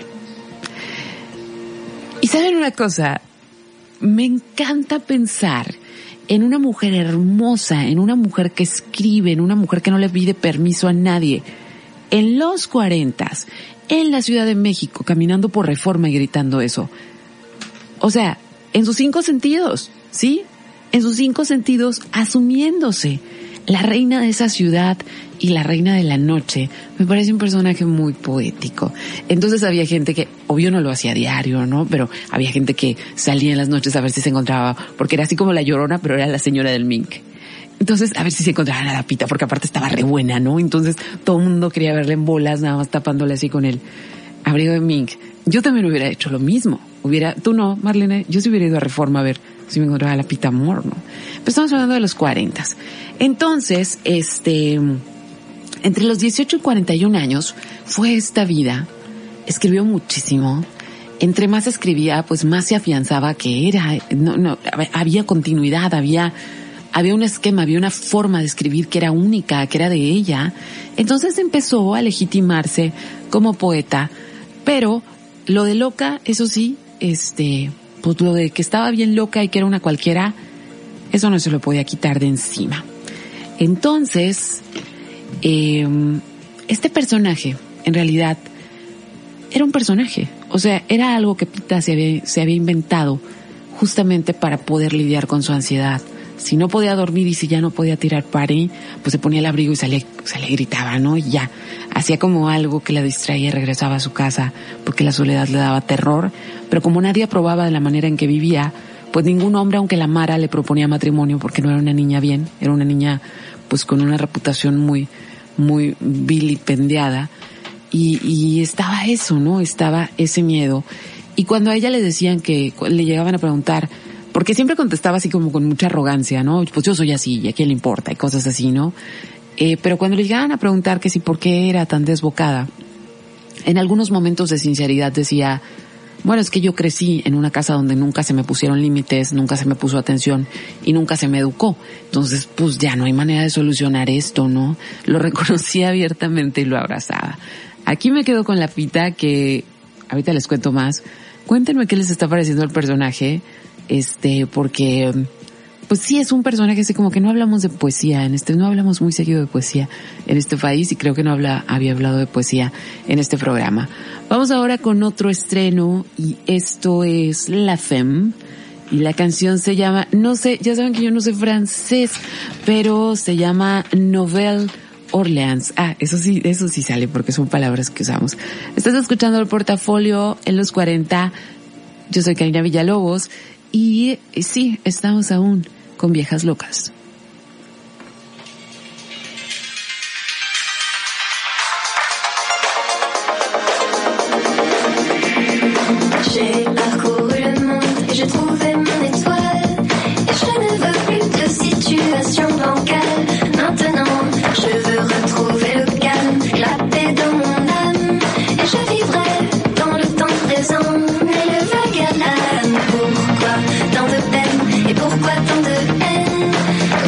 [SPEAKER 2] Y ¿saben una cosa? Me encanta pensar en una mujer hermosa, en una mujer que escribe, en una mujer que no le pide permiso a nadie, en los 40s, en la Ciudad de México, caminando por Reforma y gritando eso. O sea, en sus 5 sentidos, ¿sí? En sus 5 sentidos, asumiéndose la reina de esa ciudad y la reina de la noche. Me parece un personaje muy poético. Entonces había gente que, obvio no lo hacía a diario, ¿no? Pero había gente que salía en las noches a ver si se encontraba, porque era así como la Llorona, pero era la señora del mink. Entonces, a ver si se encontraban a la Pita, porque aparte estaba re buena, ¿no? Entonces, todo el mundo quería verle en bolas, nada más tapándole así con el abrigo de mink. Yo también hubiera hecho lo mismo. Tú no, Marlene, yo sí hubiera ido a Reforma a ver si me encontraba a la Pita Amor, ¿no? Pero estamos hablando de los 40s. Entonces, entre los 18 y 41 años fue esta vida. Escribió muchísimo. Entre más escribía, pues más se afianzaba que era. Había continuidad, había un esquema, había una forma de escribir que era única, que era de ella. Entonces empezó a legitimarse como poeta, pero lo de loca, eso sí, pues lo de que estaba bien loca y que era una cualquiera, eso no se lo podía quitar de encima. Entonces, este personaje, en realidad, era un personaje. O sea, era algo que Pita se había inventado justamente para poder lidiar con su ansiedad. Si no podía dormir y si ya no podía tirar party, pues se ponía el abrigo y se le gritaba, ¿no? Y ya, hacía como algo que la distraía y regresaba a su casa porque la soledad le daba terror. Pero como nadie aprobaba de la manera en que vivía, pues ningún hombre, aunque la amara, le proponía matrimonio porque no era una niña bien, era una niña pues con una reputación muy, muy vilipendiada. Y estaba eso, ¿no? Estaba ese miedo. Y cuando a ella le decían que, le llegaban a preguntar, porque siempre contestaba así como con mucha arrogancia, ¿no? Pues yo soy así, ¿y a quién le importa? Y cosas así, ¿no? Pero cuando le llegaban a preguntar que si por qué era tan desbocada, en algunos momentos de sinceridad decía, bueno, es que yo crecí en una casa donde nunca se me pusieron límites, nunca se me puso atención y nunca se me educó. Entonces, pues ya no hay manera de solucionar esto, ¿no? Lo reconocía abiertamente y lo abrazaba. Aquí me quedo con la Pita, que ahorita les cuento más. Cuéntenme qué les está pareciendo el personaje, porque pues sí es un personaje así como que no hablamos de poesía no hablamos muy seguido de poesía en este país y creo que no había hablado de poesía en este programa. Vamos ahora con otro estreno y esto es La Femme y la canción se llama, no sé, ya saben que yo no sé francés, pero se llama Nouvelle Orleans. Eso sí sale porque son palabras que usamos. Estás escuchando el Portafolio en los 40. Yo soy Karina Villalobos y sí, estamos aún con Viejas Locas.
[SPEAKER 4] J'ai parcouru le monde et j'ai trouvé mon étoile. Et je ne veux plus de situation bancale. Maintenant, je veux retrouver le calme, la paix dans mon âme. Et je vivrai dans le temps présent. Mais le vague à l'âme, pourquoi tant de peine et pourquoi tant de haine?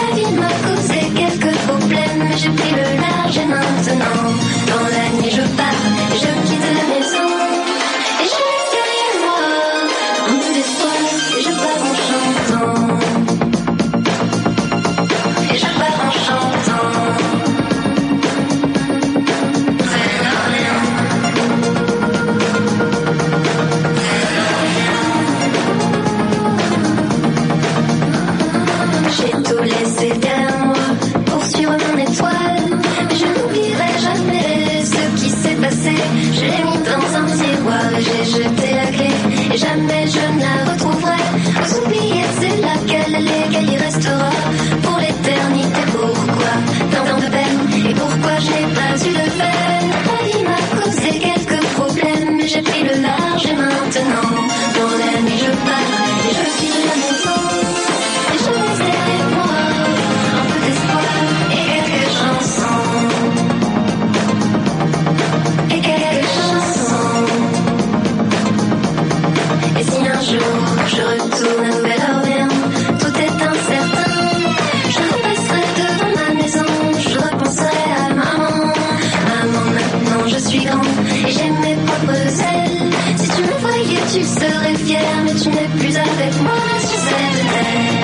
[SPEAKER 4] tu serais fier, mais tu n'es plus avec moi sur cette terre.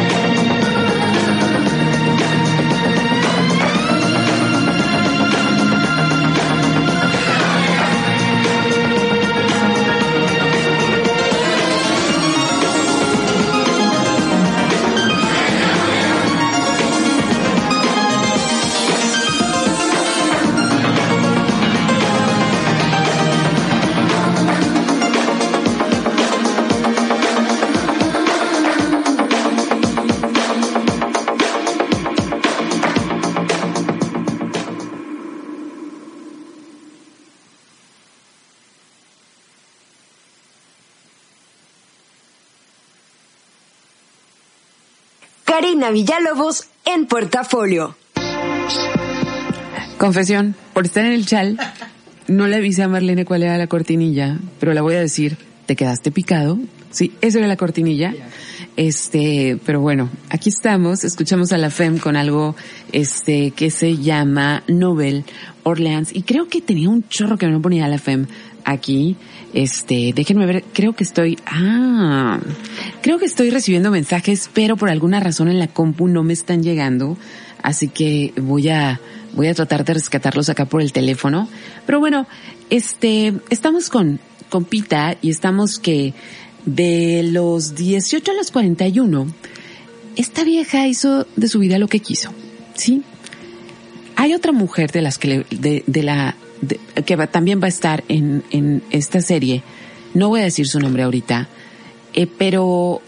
[SPEAKER 3] Karina Villalobos en Portafolio.
[SPEAKER 2] Confesión, por estar en el chal, no le avisé a Marlene cuál era la cortinilla, pero la voy a decir, ¿te quedaste picado? Sí, esa era la cortinilla. Pero bueno, aquí estamos, escuchamos a La Femme con algo, que se llama Nouvelle Orleans, y creo que tenía un chorro que no ponía La Femme aquí. Déjenme ver, creo que estoy recibiendo mensajes, pero por alguna razón en la compu no me están llegando, así que voy a tratar de rescatarlos acá por el teléfono. Pero bueno, estamos con Pita, y estamos que de los 18 a los 41, esta vieja hizo de su vida lo que quiso, ¿sí? Hay otra mujer de las que que también va a estar en esta serie. No voy a decir su nombre ahorita, pero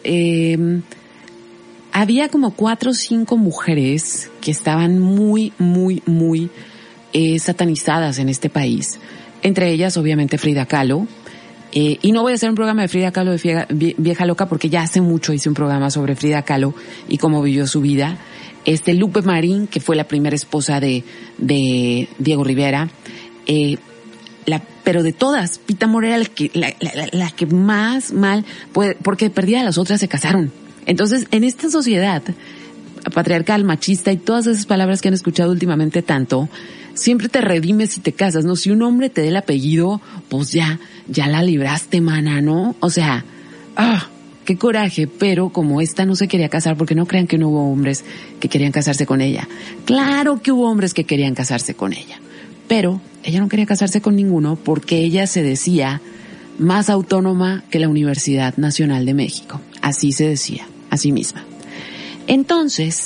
[SPEAKER 2] había como 4 o 5 mujeres que estaban muy, muy, muy satanizadas en este país. Entre ellas, obviamente, Frida Kahlo. Y no voy a hacer un programa de Frida Kahlo de vieja loca, porque ya hace mucho hice un programa sobre Frida Kahlo y cómo vivió su vida. Lupe Marín, que fue la primera esposa de Diego Rivera. Pero de todas, Pita Amor era la que más mal, porque perdida a las otras se casaron. Entonces, en esta sociedad patriarcal, machista y todas esas palabras que han escuchado últimamente tanto, siempre te redimes si te casas, ¿no? Si un hombre te dé el apellido, pues ya la libraste, mana, ¿no? O sea, qué coraje, pero como esta no se quería casar, porque no crean que no hubo hombres que querían casarse con ella. Claro que hubo hombres que querían casarse con ella, pero ella no quería casarse con ninguno porque ella se decía más autónoma que la Universidad Nacional de México. Así se decía, a sí misma. Entonces,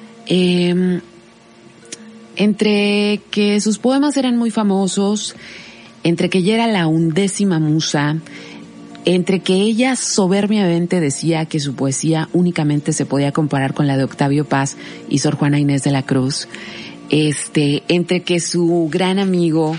[SPEAKER 2] entre que sus poemas eran muy famosos, entre que ella era la 11ª musa, entre que ella soberbiamente decía que su poesía únicamente se podía comparar con la de Octavio Paz y Sor Juana Inés de la Cruz, entre que su gran amigo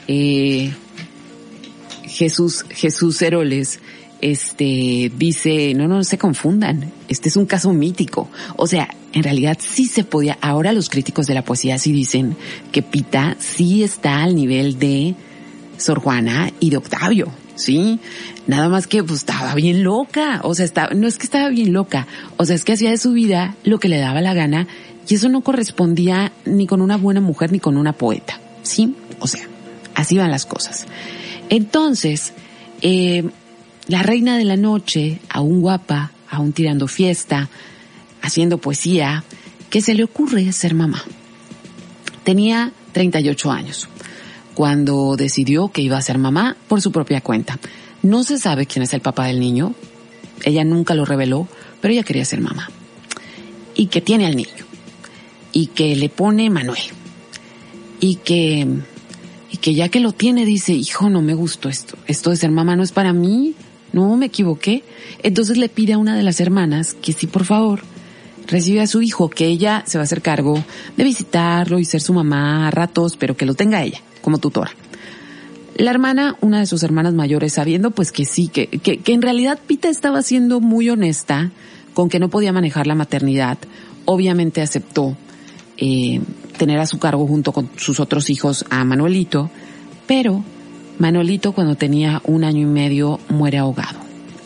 [SPEAKER 2] Jesús Heroles dice, no se confundan, este es un caso mítico. O sea, en realidad sí se podía. Ahora los críticos de la poesía sí dicen que Pita sí está al nivel de Sor Juana y de Octavio, ¿sí? Nada más que pues estaba bien loca. O sea, no es que estaba bien loca, o sea, es que hacía de su vida lo que le daba la gana, y eso no correspondía ni con una buena mujer ni con una poeta, ¿sí? O sea, así van las cosas. Entonces, la reina de la noche, aún guapa, aún tirando fiesta, haciendo poesía, ¿qué se le ocurre ser mamá? Tenía 38 años cuando decidió que iba a ser mamá por su propia cuenta. No se sabe quién es el papá del niño, ella nunca lo reveló, pero ella quería ser mamá. Y que tiene al niño, y que le pone Manuel, y que ya que lo tiene dice, hijo, no me gustó esto de ser mamá no es para mí, no, me equivoqué. Entonces le pide a una de las hermanas que sí, por favor, recibe a su hijo, que ella se va a hacer cargo de visitarlo y ser su mamá a ratos, pero que lo tenga ella como tutora. La hermana, una de sus hermanas mayores, sabiendo pues que sí, que en realidad Pita estaba siendo muy honesta con que no podía manejar la maternidad, obviamente aceptó tener a su cargo junto con sus otros hijos a Manuelito, pero Manuelito, cuando tenía 1 año y medio, muere ahogado.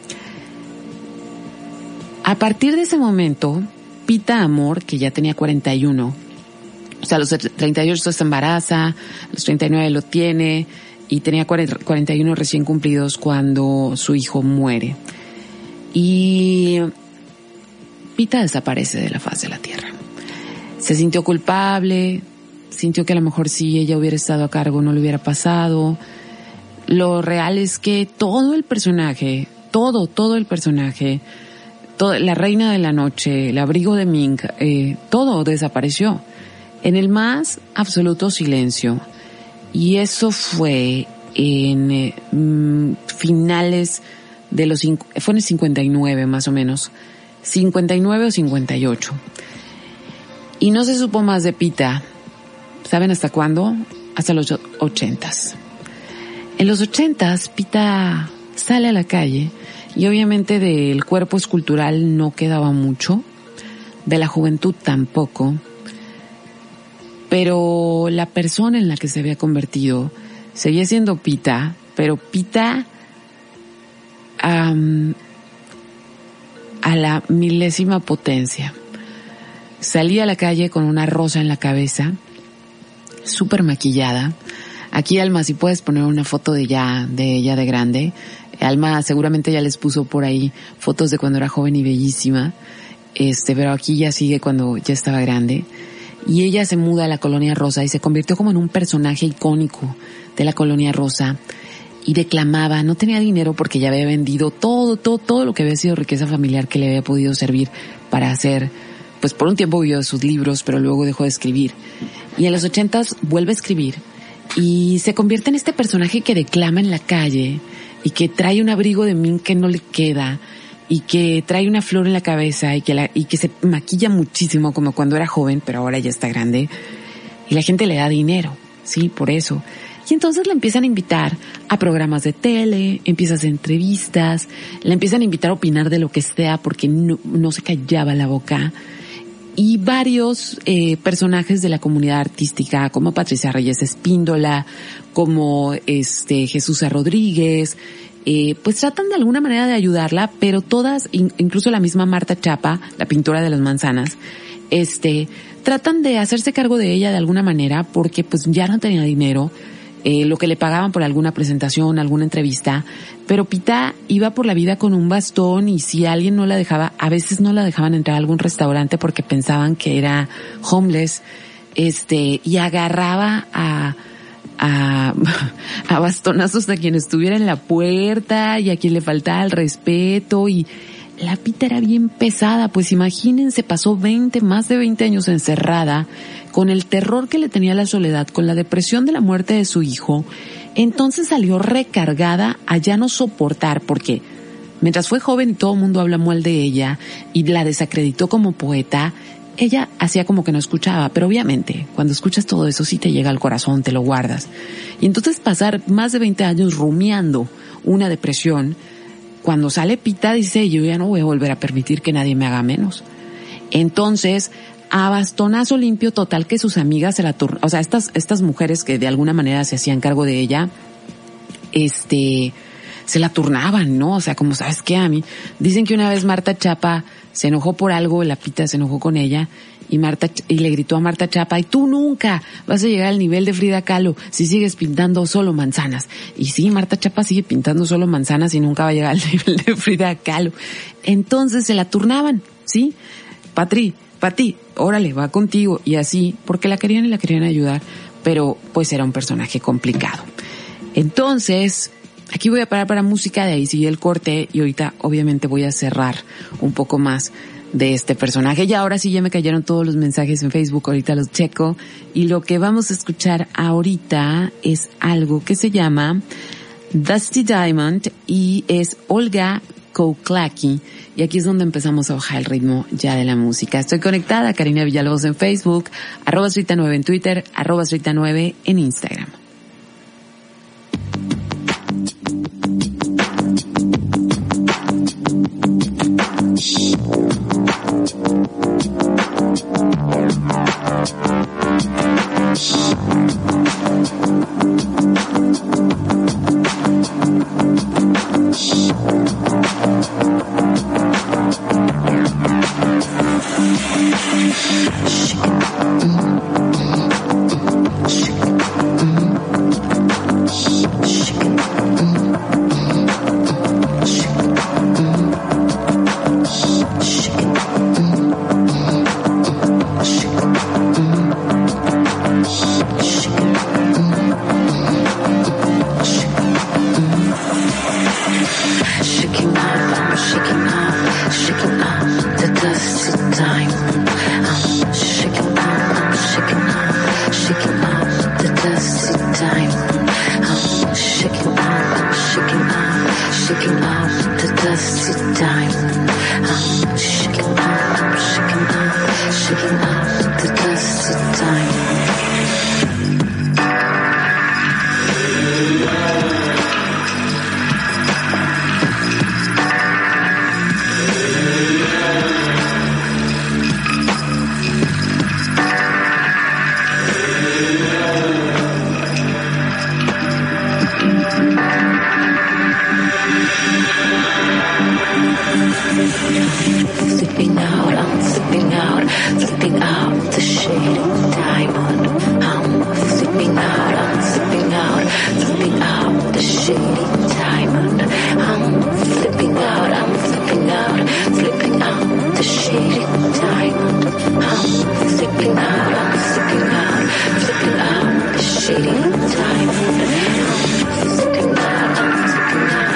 [SPEAKER 2] A partir de ese momento, Pita Amor, que ya tenía 41, o sea, a los 38 se embaraza, a los 39 lo tiene, y tenía 41 recién cumplidos cuando su hijo muere. Y Pita desaparece de la faz de la tierra. Se sintió culpable, sintió que a lo mejor si ella hubiera estado a cargo no le hubiera pasado. Lo real es que todo el personaje, todo el personaje, la reina de la noche, el abrigo de Ming, todo desapareció en el más absoluto silencio. Y eso fue en finales de fue en el 59 más o menos, 59 o 58. Y no se supo más de Pita. ¿Saben hasta cuándo? Hasta los 80s. En los 80s, Pita sale a la calle y obviamente del cuerpo escultural no quedaba mucho, de la juventud tampoco, pero la persona en la que se había convertido seguía siendo Pita, pero Pita a la milésima potencia. Salía a la calle con una rosa en la cabeza, súper maquillada. Aquí, Alma, si puedes poner una foto de ella de grande. Alma seguramente ya les puso por ahí fotos de cuando era joven y bellísima, pero aquí ya sigue cuando ya estaba grande. Y ella se muda a la Colonia Rosa y se convirtió como en un personaje icónico de la Colonia Rosa. Y declamaba, no tenía dinero porque ya había vendido todo lo que había sido riqueza familiar que le había podido servir para hacer, pues por un tiempo vivió de sus libros, pero luego dejó de escribir. Y en los 80s vuelve a escribir y se convierte en este personaje que declama en la calle y que trae un abrigo de Ming que no le queda y que trae una flor en la cabeza y que se maquilla muchísimo como cuando era joven, pero ahora ya está grande. Y la gente le da dinero, sí, por eso. Y entonces la empiezan a invitar a programas de tele, empieza a hacer entrevistas, la empiezan a invitar a opinar de lo que sea porque no se callaba la boca. Y varios personajes de la comunidad artística, como Patricia Reyes Espíndola, como Jesús Rodríguez, pues tratan de alguna manera de ayudarla, pero todas, incluso la misma Marta Chapa, la pintora de las manzanas, tratan de hacerse cargo de ella de alguna manera porque pues ya no tenía dinero, lo que le pagaban por alguna presentación, alguna entrevista, pero Pita iba por la vida con un bastón y si alguien no la dejaba, a veces no la dejaban entrar a algún restaurante porque pensaban que era homeless, y agarraba a bastonazos a quien estuviera en la puerta y a quien le faltaba el respeto. Y la Pita era bien pesada, pues imagínense, pasó más de 20 años encerrada, con el terror que le tenía la soledad, con la depresión de la muerte de su hijo. Entonces salió recargada a ya no soportar, porque mientras fue joven y todo el mundo habla mal de ella y la desacreditó como poeta, ella hacía como que no escuchaba, pero obviamente cuando escuchas todo eso sí te llega al corazón, te lo guardas. Y entonces pasar más de 20 años rumiando una depresión, cuando sale Pita dice, yo ya no voy a volver a permitir que nadie me haga menos. Entonces, a bastonazo limpio total que sus amigas se la turnaban, o sea, estas mujeres que de alguna manera se hacían cargo de ella, se la turnaban, ¿no? O sea, como sabes qué, a mí dicen que una vez Marta Chapa se enojó por algo, la Pita se enojó con ella y le gritó a Marta Chapa, y tú nunca vas a llegar al nivel de Frida Kahlo si sigues pintando solo manzanas. Y sí, Marta Chapa sigue pintando solo manzanas y nunca va a llegar al nivel de Frida Kahlo. Entonces se la turnaban, ¿sí? Pati, órale, va contigo, y así, porque la querían y la querían ayudar, pero pues era un personaje complicado. Entonces, aquí voy a parar para música, de ahí sigue el corte, y ahorita obviamente voy a cerrar un poco más de este personaje. Y ahora sí ya me cayeron todos los mensajes en Facebook, ahorita los checo, y lo que vamos a escuchar ahorita es algo que se llama Dusty Diamond, y es Olga Kouklaki, y aquí es donde empezamos a bajar el ritmo ya de la música. Estoy conectada, Karina Villalobos en Facebook, @Srita9 en Twitter, @Srita9 en Instagram.
[SPEAKER 5] dusty diamond. I'm shaking up the dusty diamond. Flipping out, I'm flipping out, flipping out the shaded diamond. I'm flipping out, I'm flipping out, flipping out the shaded diamond. I'm flipping out, I'm flipping out, flipping out the shaded diamond. I'm flipping out, I'm flipping out, flipping out the shaded diamond. I'm flipping out, I'm flipping out.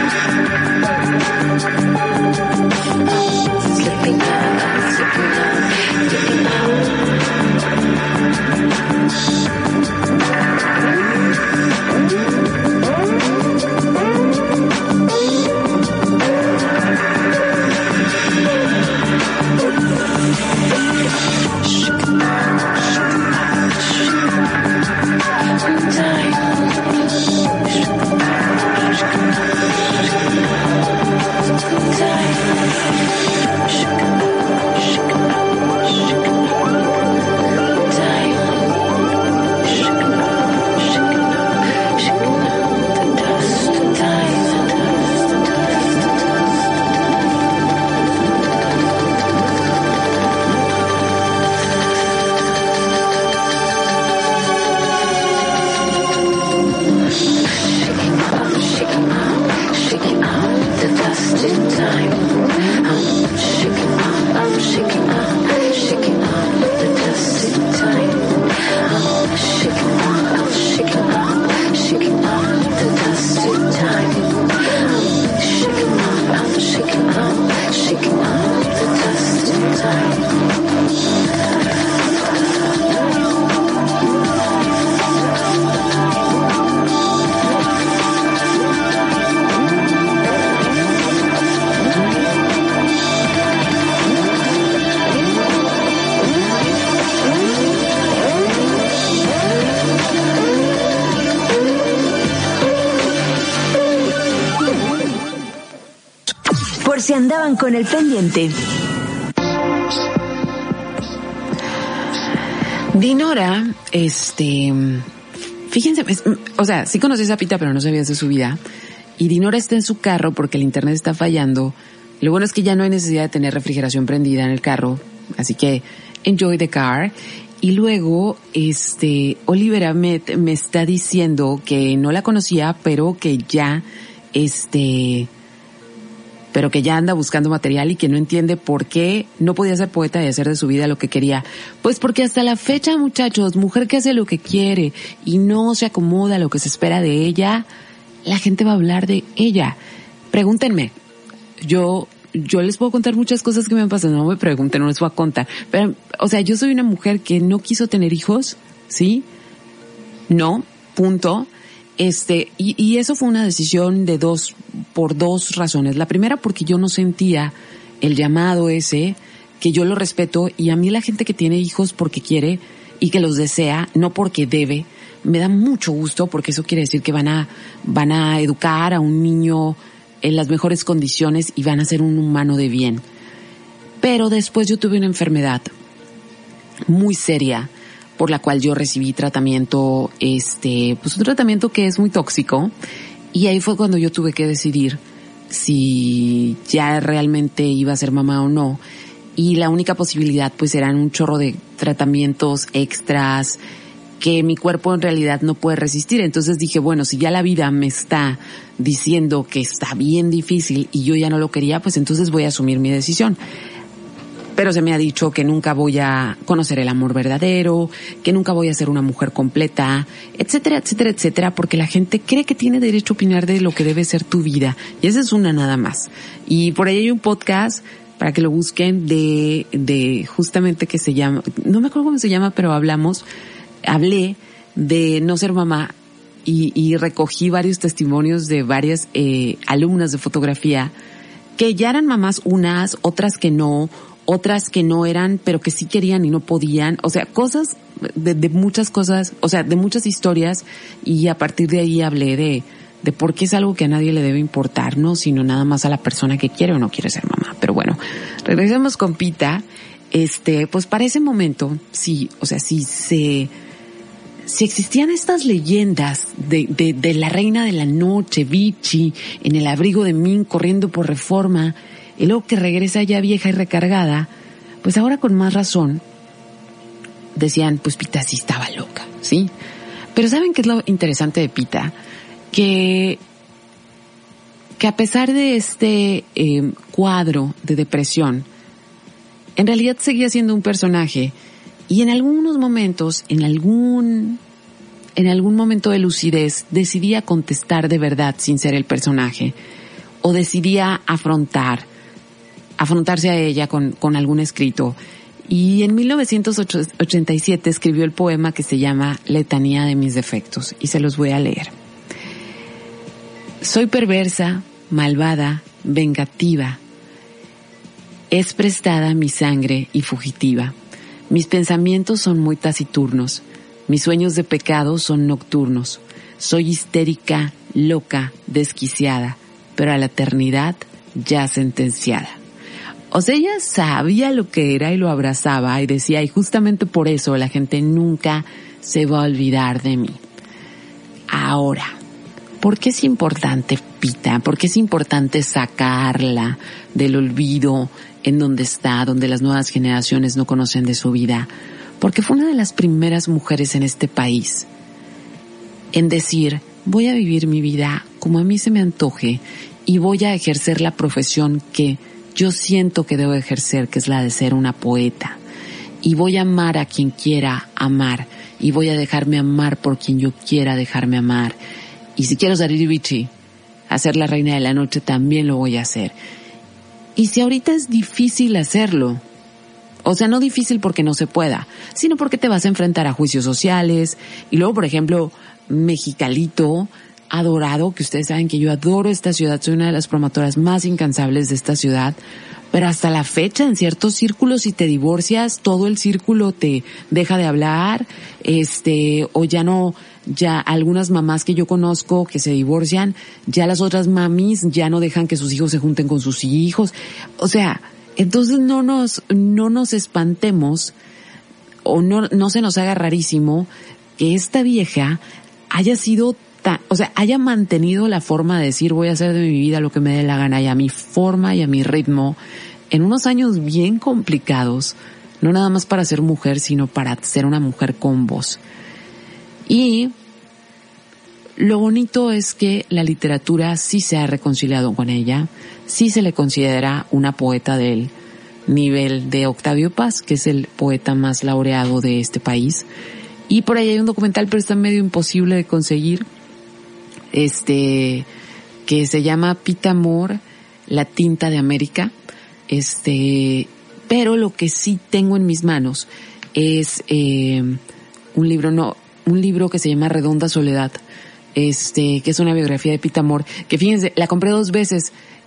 [SPEAKER 5] Flipping out, flipping out, flipping out.
[SPEAKER 3] Si andaban con el pendiente.
[SPEAKER 2] Dinora, fíjense, o sea, sí conocí a Pita, pero no sabía de su vida. Y Dinora está en su carro porque el internet está fallando. Lo bueno es que ya no hay necesidad de tener refrigeración prendida en el carro, así que enjoy the car. Y luego, Oliver Ahmed me está diciendo que no la conocía, pero que ya, pero que ya anda buscando material y que no entiende por qué no podía ser poeta y hacer de su vida lo que quería. Pues porque hasta la fecha, muchachos, mujer que hace lo que quiere y no se acomoda a lo que se espera de ella, la gente va a hablar de ella. Pregúntenme. Yo les puedo contar muchas cosas que me han pasado. No me pregunten, no les voy a contar. Pero, o sea, yo soy una mujer que no quiso tener hijos, ¿sí? No, punto. Y eso fue una decisión por dos razones. La primera, porque yo no sentía el llamado ese, que yo lo respeto, y a mí la gente que tiene hijos porque quiere y que los desea, no porque debe, me da mucho gusto, porque eso quiere decir que van a educar a un niño en las mejores condiciones y van a ser un humano de bien. Pero después yo tuve una enfermedad muy seria, por la cual yo recibí tratamiento, pues un tratamiento que es muy tóxico, y ahí fue cuando yo tuve que decidir si ya realmente iba a ser mamá o no, y la única posibilidad pues eran un chorro de tratamientos extras que mi cuerpo en realidad no puede resistir. Entonces dije, bueno, si ya la vida me está diciendo que está bien difícil y yo ya no lo quería, pues entonces voy a asumir mi decisión. Pero se me ha dicho que nunca voy a conocer el amor verdadero, que nunca voy a ser una mujer completa, etcétera, etcétera, etcétera, porque la gente cree que tiene derecho a opinar de lo que debe ser tu vida. Y esa es una nada más. Y por ahí hay un podcast, para que lo busquen, de justamente que se llama, no me acuerdo cómo se llama, pero hablé de no ser mamá y recogí varios testimonios de varias alumnas de fotografía que ya eran mamás unas, otras que no eran, pero que sí querían y no podían, o sea, cosas de muchas cosas, o sea, de muchas historias, y a partir de ahí hablé de por qué es algo que a nadie le debe importar, ¿no? Sino nada más a la persona que quiere o no quiere ser mamá. Pero bueno, regresemos con Pita. Pues para ese momento, sí, o sea, si existían estas leyendas de la reina de la noche, Vichy, en el abrigo de Ming corriendo por Reforma, y luego que regresa ya vieja y recargada, pues ahora con más razón decían, pues Pita sí estaba loca, ¿sí? Pero ¿saben qué es lo interesante de Pita? Que a pesar de este cuadro de depresión, en realidad seguía siendo un personaje, y en algunos momentos, en algún momento de lucidez, decidía contestar de verdad sin ser el personaje, o decidía afrontarse a ella con algún escrito. Y en 1987 escribió el poema que se llama Letanía de mis defectos, y se los voy a leer. Soy perversa, malvada, vengativa. Es prestada mi sangre y fugitiva. Mis pensamientos son muy taciturnos. Mis sueños de pecado son nocturnos. Soy histérica, loca, desquiciada, pero a la eternidad ya sentenciada. O sea, ella sabía lo que era y lo abrazaba y decía, y justamente por eso la gente nunca se va a olvidar de mí. Ahora, ¿por qué es importante Pita? ¿Por qué es importante sacarla del olvido en donde está, donde las nuevas generaciones no conocen de su vida? Porque fue una de las primeras mujeres en este país en decir, voy a vivir mi vida como a mí se me antoje y voy a ejercer la profesión que yo siento que debo ejercer, que es la de ser una poeta. Y voy a amar a quien quiera amar y voy a dejarme amar por quien yo quiera dejarme amar. Y si quiero salir Vichy a ser la reina de la noche, también lo voy a hacer. Y si ahorita es difícil hacerlo, o sea, no difícil porque no se pueda, sino porque te vas a enfrentar a juicios sociales. Y luego, por ejemplo, Mexicalito, adorado, que ustedes saben que yo adoro esta ciudad, soy una de las promotoras más incansables de esta ciudad, pero hasta la fecha en ciertos círculos si te divorcias, todo el círculo te deja de hablar, o ya algunas mamás que yo conozco que se divorcian, ya las otras mamis ya no dejan que sus hijos se junten con sus hijos. O sea, entonces no nos espantemos o no se nos haga rarísimo que esta vieja haya sido haya mantenido la forma de decir voy a hacer de mi vida lo que me dé la gana y a mi forma y a mi ritmo en unos años bien complicados, no nada más para ser mujer, sino para ser una mujer con voz. Y lo bonito es que la literatura sí se ha reconciliado con ella, sí se le considera una poeta del nivel de Octavio Paz, que es el poeta más laureado de este país. Y por ahí hay un documental, pero está medio imposible de conseguir, que se llama Pita Amor, la tinta de América. Pero lo que sí tengo en mis manos es un libro que se llama Redonda Soledad, que es una biografía de Pita Amor, que fíjense, la compré dos veces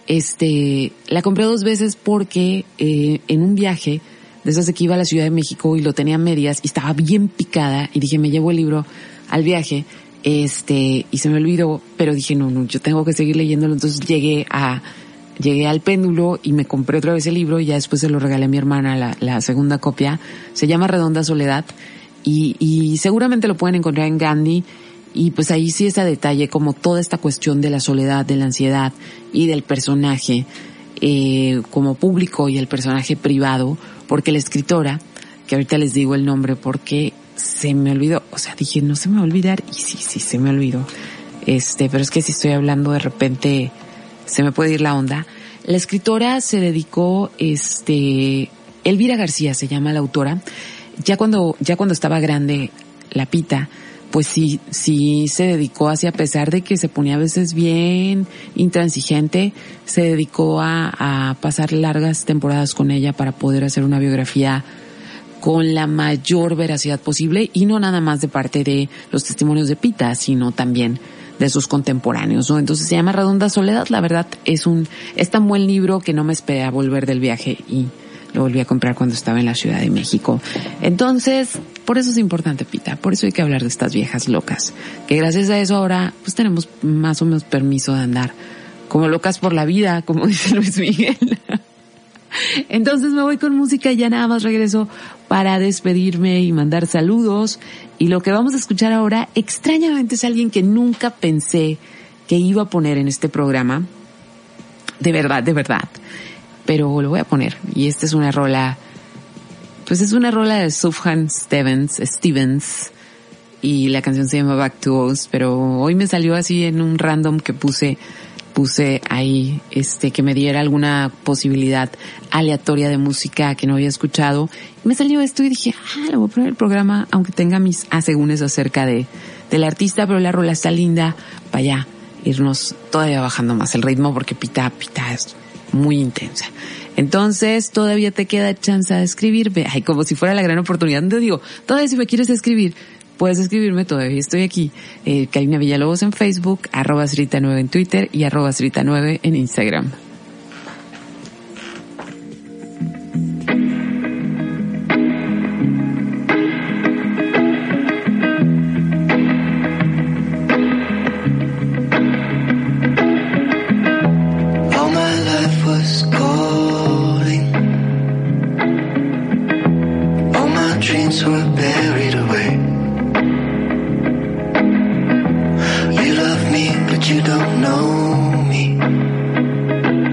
[SPEAKER 2] porque en un viaje de esas de que iba a la Ciudad de México y lo tenía a medias y estaba bien picada y dije, me llevo el libro al viaje, y se me olvidó, pero dije, no, yo tengo que seguir leyéndolo. Entonces llegué al péndulo y me compré otra vez el libro y ya después se lo regalé a mi hermana, la segunda copia. Se llama Redonda Soledad y seguramente lo pueden encontrar en Gandhi. Y pues ahí sí está a detalle como toda esta cuestión de la soledad, de la ansiedad y del personaje como público y el personaje privado, porque la escritora, que ahorita les digo el nombre porque se me olvidó, o sea, dije no se me va a olvidar y sí se me olvidó, pero es que si estoy hablando de repente se me puede ir la onda. La escritora se dedicó, Elvira García se llama la autora, ya cuando estaba grande la Pita, pues sí se dedicó así, a pesar de que se ponía a veces bien intransigente, se dedicó a pasar largas temporadas con ella para poder hacer una biografía con la mayor veracidad posible y no nada más de parte de los testimonios de Pita, sino también sus contemporáneos, ¿no? Entonces se llama Redonda Soledad. La verdad es tan buen libro que no me esperé a volver del viaje y lo volví a comprar cuando estaba en la Ciudad de México. Entonces, por eso es importante, Pita, por eso hay que hablar de estas viejas locas, que gracias a eso ahora pues tenemos más o menos permiso de andar como locas por la vida, como dice Luis Miguel. Entonces me voy con música y ya nada más regreso para despedirme y mandar saludos. Y lo que vamos a escuchar ahora, extrañamente, es alguien que nunca pensé que iba a poner en este programa. De verdad. Pero lo voy a poner. Y esta es una rola, pues es una rola de Sufjan Stevens. Y la canción se llama Back to Us. Pero hoy me salió así en un random que puse ahí, que me diera alguna posibilidad aleatoria de música que no había escuchado. Y me salió esto y dije, le voy a poner el programa, aunque tenga mis asegúnes acerca del artista, pero la rola está linda, para allá irnos todavía bajando más el ritmo, porque Pita es muy intensa. Entonces, todavía te queda chance de escribirme. Ay, como si fuera la gran oportunidad. Te digo, todavía si me quieres escribir, puedes escribirme, todavía estoy aquí. Karina Villalobos en Facebook, @Srita9 en Twitter y @Srita9 en Instagram.
[SPEAKER 6] All my life was calling. All my dreams were buried away. You love me, but you don't know me.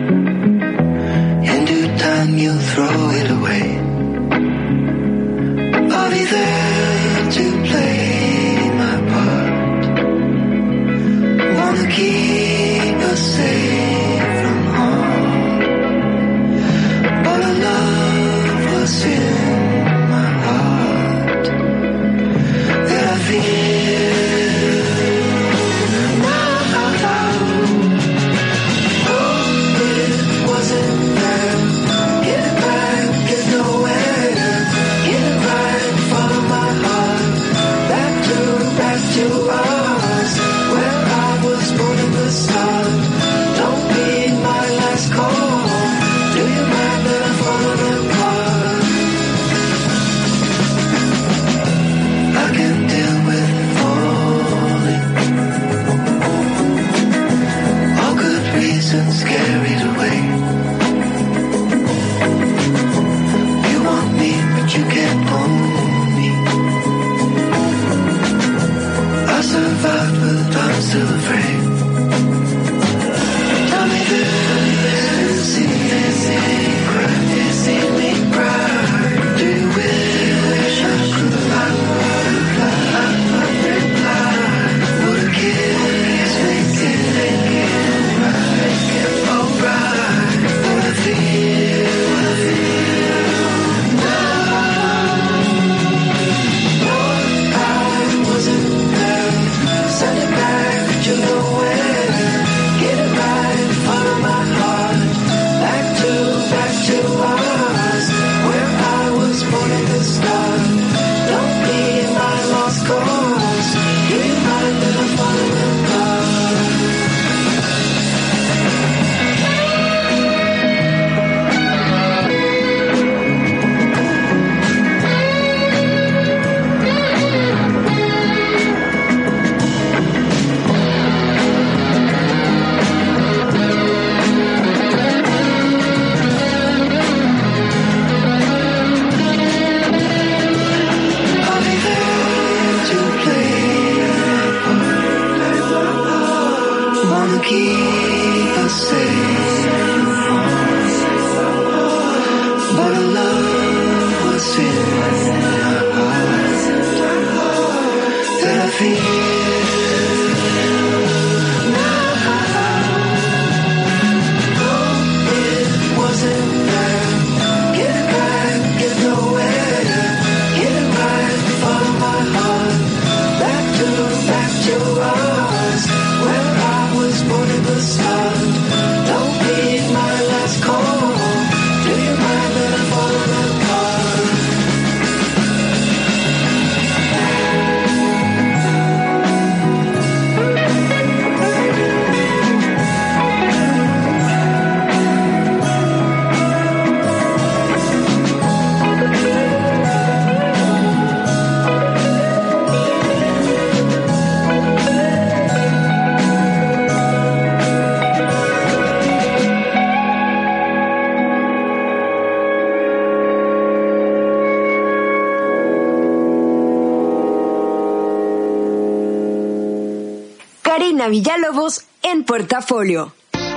[SPEAKER 3] Karina Villalobos en Portafolio.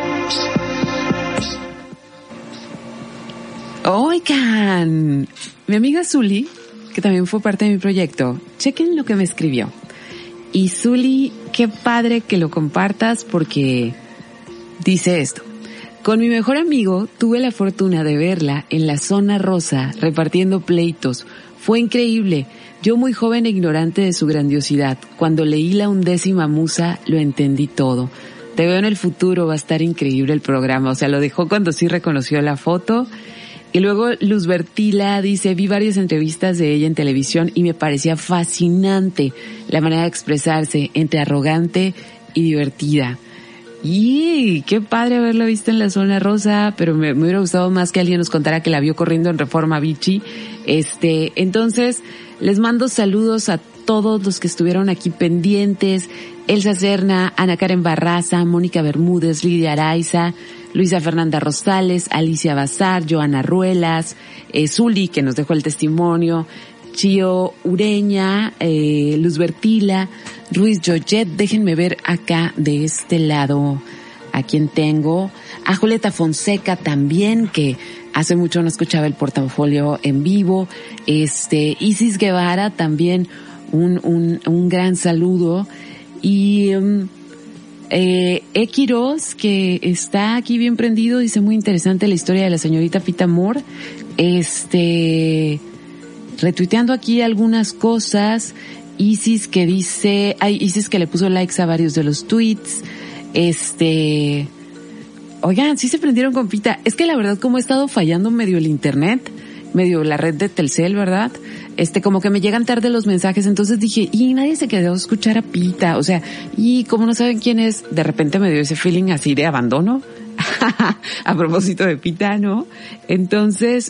[SPEAKER 2] Oigan, mi amiga Zuli, que también fue parte de mi proyecto, chequen lo que me escribió. Y Zuli, qué padre que lo compartas porque dice esto. Con mi mejor amigo tuve la fortuna de verla en la zona rosa repartiendo pleitos. Fue increíble. Yo muy joven e ignorante de su grandiosidad. Cuando leí la 11ª musa lo entendí todo. Te veo en el futuro, va a estar increíble el programa. O sea, lo dejó cuando sí reconoció la foto. Y luego Luz Bertila dice, vi varias entrevistas de ella en televisión y me parecía fascinante la manera de expresarse, entre arrogante y divertida. Y qué padre haberla visto en la zona rosa, pero me hubiera gustado más que alguien nos contara que la vio corriendo en Reforma Vichy. Entonces, les mando saludos a todos los que estuvieron aquí pendientes. Elsa Serna, Ana Karen Barraza, Mónica Bermúdez, Lidia Araiza, Luisa Fernanda Rosales, Alicia Bazar, Joana Ruelas, Zuli, que nos dejó el testimonio, Chío Ureña, Luz Bertila, Ruiz Joyet. Déjenme ver acá de este lado a quien tengo. A Julieta Fonseca también, que hace mucho no escuchaba el Portafolio en vivo. Isis Guevara también, un gran saludo. Y Equiros, que está aquí bien prendido, dice muy interesante la historia de la señorita Pita Moore. Retuiteando aquí algunas cosas. Isis que dice, Isis que le puso likes a varios de los tweets. Oigan, sí se prendieron con Pita. Es que la verdad, como he estado fallando medio el internet, medio la red de Telcel, ¿verdad? Como que me llegan tarde los mensajes, entonces dije, y nadie se quedó a escuchar a Pita, o sea, y como no saben quién es, de repente me dio ese feeling así de abandono, a propósito de Pita, ¿no? Entonces,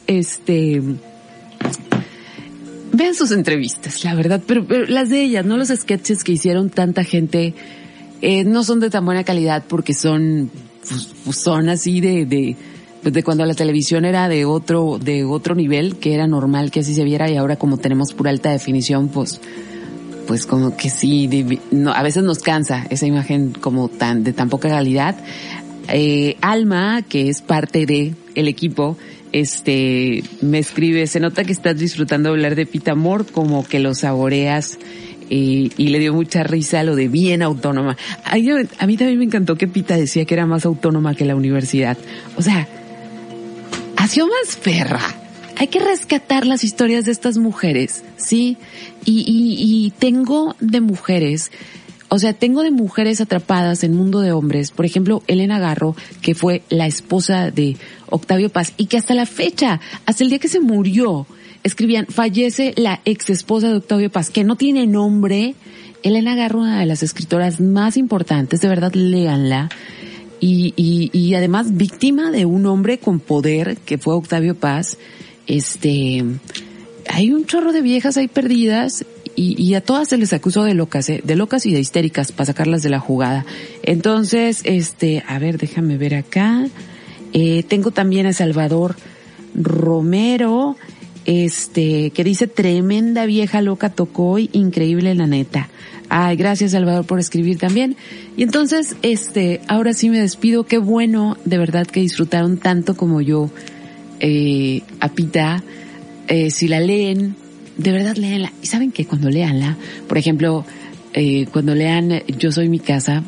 [SPEAKER 2] vean sus entrevistas, la verdad, pero las de ellas, no los sketches que hicieron tanta gente, no son de tan buena calidad porque son así de cuando la televisión era de otro nivel, que era normal que así se viera, y ahora como tenemos pura alta definición, pues como que sí, no, a veces nos cansa esa imagen como de tan poca calidad. Alma, que es parte de el equipo, me escribe, se nota que estás disfrutando hablar de Pita Moore, como que lo saboreas, y le dio mucha risa lo de bien autónoma. A mí también me encantó que Pita decía que era más autónoma que la universidad. O sea, ha sido más perra. Hay que rescatar las historias de estas mujeres, ¿sí? Y tengo de mujeres atrapadas en mundo de hombres. Por ejemplo, Elena Garro, que fue la esposa de Octavio Paz y que hasta la fecha, hasta el día que se murió, escribían, fallece la ex esposa de Octavio Paz, que no tiene nombre. Elena Garro, una de las escritoras más importantes, de verdad, léanla. Y además víctima de un hombre con poder que fue Octavio Paz. Hay un chorro de viejas ahí perdidas y a todas se les acusó de locas y de histéricas para sacarlas de la jugada. Entonces, a ver, déjame ver acá. Tengo también a Salvador Romero, que dice, tremenda vieja loca tocó hoy, increíble la neta. Ay, gracias Salvador por escribir también. Y entonces, ahora sí me despido. Qué bueno, de verdad que disfrutaron tanto como yo, a Pita. Si la leen, de verdad léanla. Y saben que cuando leanla, por ejemplo, cuando lean Yo soy mi casa,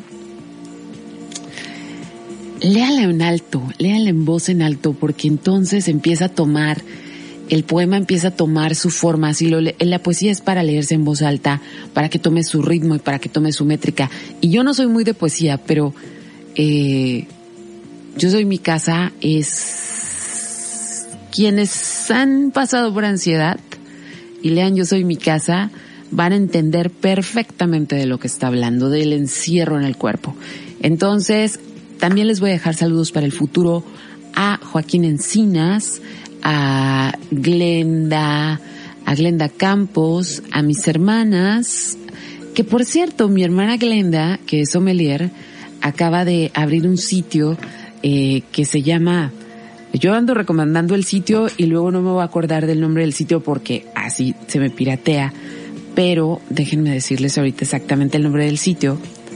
[SPEAKER 2] léanla en alto, léanla en voz en alto, porque entonces el poema empieza a tomar su forma. Si la poesía es para leerse en voz alta, para que tome su ritmo y para que tome su métrica. Y yo no soy muy de poesía, pero Yo soy mi casa es quienes han pasado por ansiedad y lean Yo soy mi casa van a entender perfectamente de lo que está hablando, del encierro en el cuerpo. Entonces, también les voy a dejar saludos para el futuro a Joaquín Encinas, a Glenda Campos, a mis hermanas, que por cierto, mi hermana Glenda, que es sommelier, acaba de abrir un sitio que se llama, yo ando recomendando el sitio y luego no me voy a acordar del nombre del sitio porque así se me piratea, pero déjenme decirles ahorita exactamente el nombre del sitio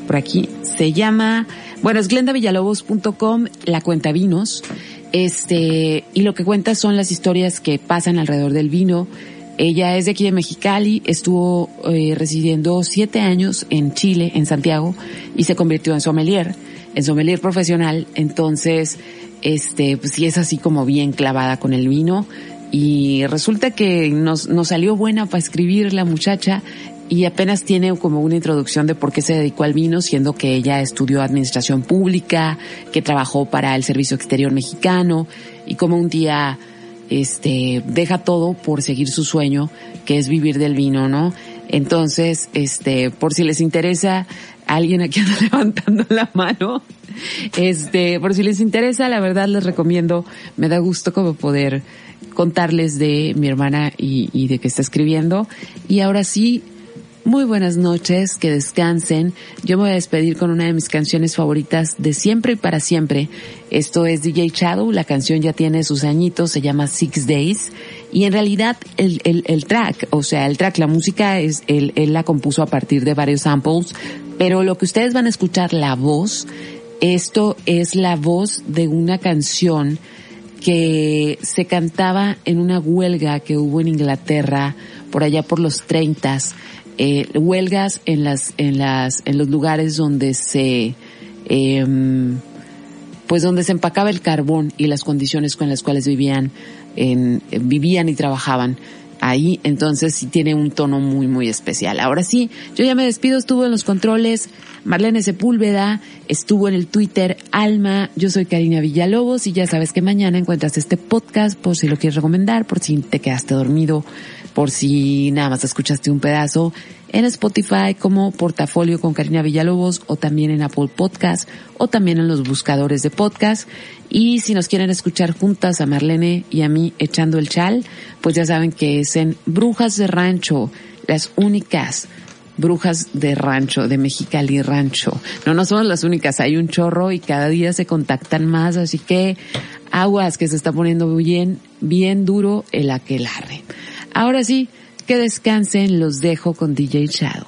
[SPEAKER 2] por aquí. Se llama, bueno, es glendavillalobos.com, la cuenta vinos. Y lo que cuenta son las historias que pasan alrededor del vino. Ella es de aquí de Mexicali, estuvo residiendo 7 años en Chile, en Santiago, y se convirtió en sommelier profesional. Entonces, pues sí es así como bien clavada con el vino. Y resulta que nos salió buena para escribir la muchacha, y apenas tiene como una introducción de por qué se dedicó al vino, siendo que ella estudió administración pública, que trabajó para el Servicio Exterior Mexicano, y como un día deja todo por seguir su sueño, que es vivir del vino, ¿no? Entonces, por si les interesa, alguien aquí anda levantando la mano, por si les interesa, la verdad les recomiendo, me da gusto como poder contarles de mi hermana y de que está escribiendo. Y ahora sí, muy buenas noches, que descansen. Yo me voy a despedir con una de mis canciones favoritas de siempre y para siempre. Esto es DJ Shadow, la canción ya tiene sus añitos, se llama 6 Days. Y en realidad el track, la música él la compuso a partir de varios samples, pero lo que ustedes van a escuchar, la voz, esto es la voz de una canción que se cantaba en una huelga que hubo en Inglaterra por allá por los 30s. Huelgas en los lugares donde donde se empacaba el carbón y las condiciones con las cuales vivían y trabajaban ahí. Entonces sí tiene un tono muy, muy especial. Ahora sí, yo ya me despido. Estuvo en los controles Marlene Sepúlveda, estuvo en el Twitter Alma. Yo soy Karina Villalobos, y ya sabes que mañana encuentras este podcast por si lo quieres recomendar, por si te quedaste dormido, por si nada más escuchaste un pedazo, en Spotify como Portafolio con Karina Villalobos, o también en Apple Podcast, o también en los buscadores de podcast. Y si nos quieren escuchar juntas a Marlene y a mí echando el chal, pues ya saben que es en Brujas de Rancho, las únicas brujas de rancho, de Mexicali Rancho. No somos las únicas, hay un chorro y cada día se contactan más, así que aguas, que se está poniendo bien, bien duro el aquelarre. Ahora sí, que descansen, los dejo con DJ Shadow.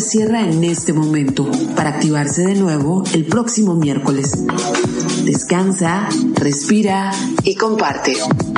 [SPEAKER 2] cierra en este momento para activarse de nuevo el próximo miércoles. Descansa, respira y comparte.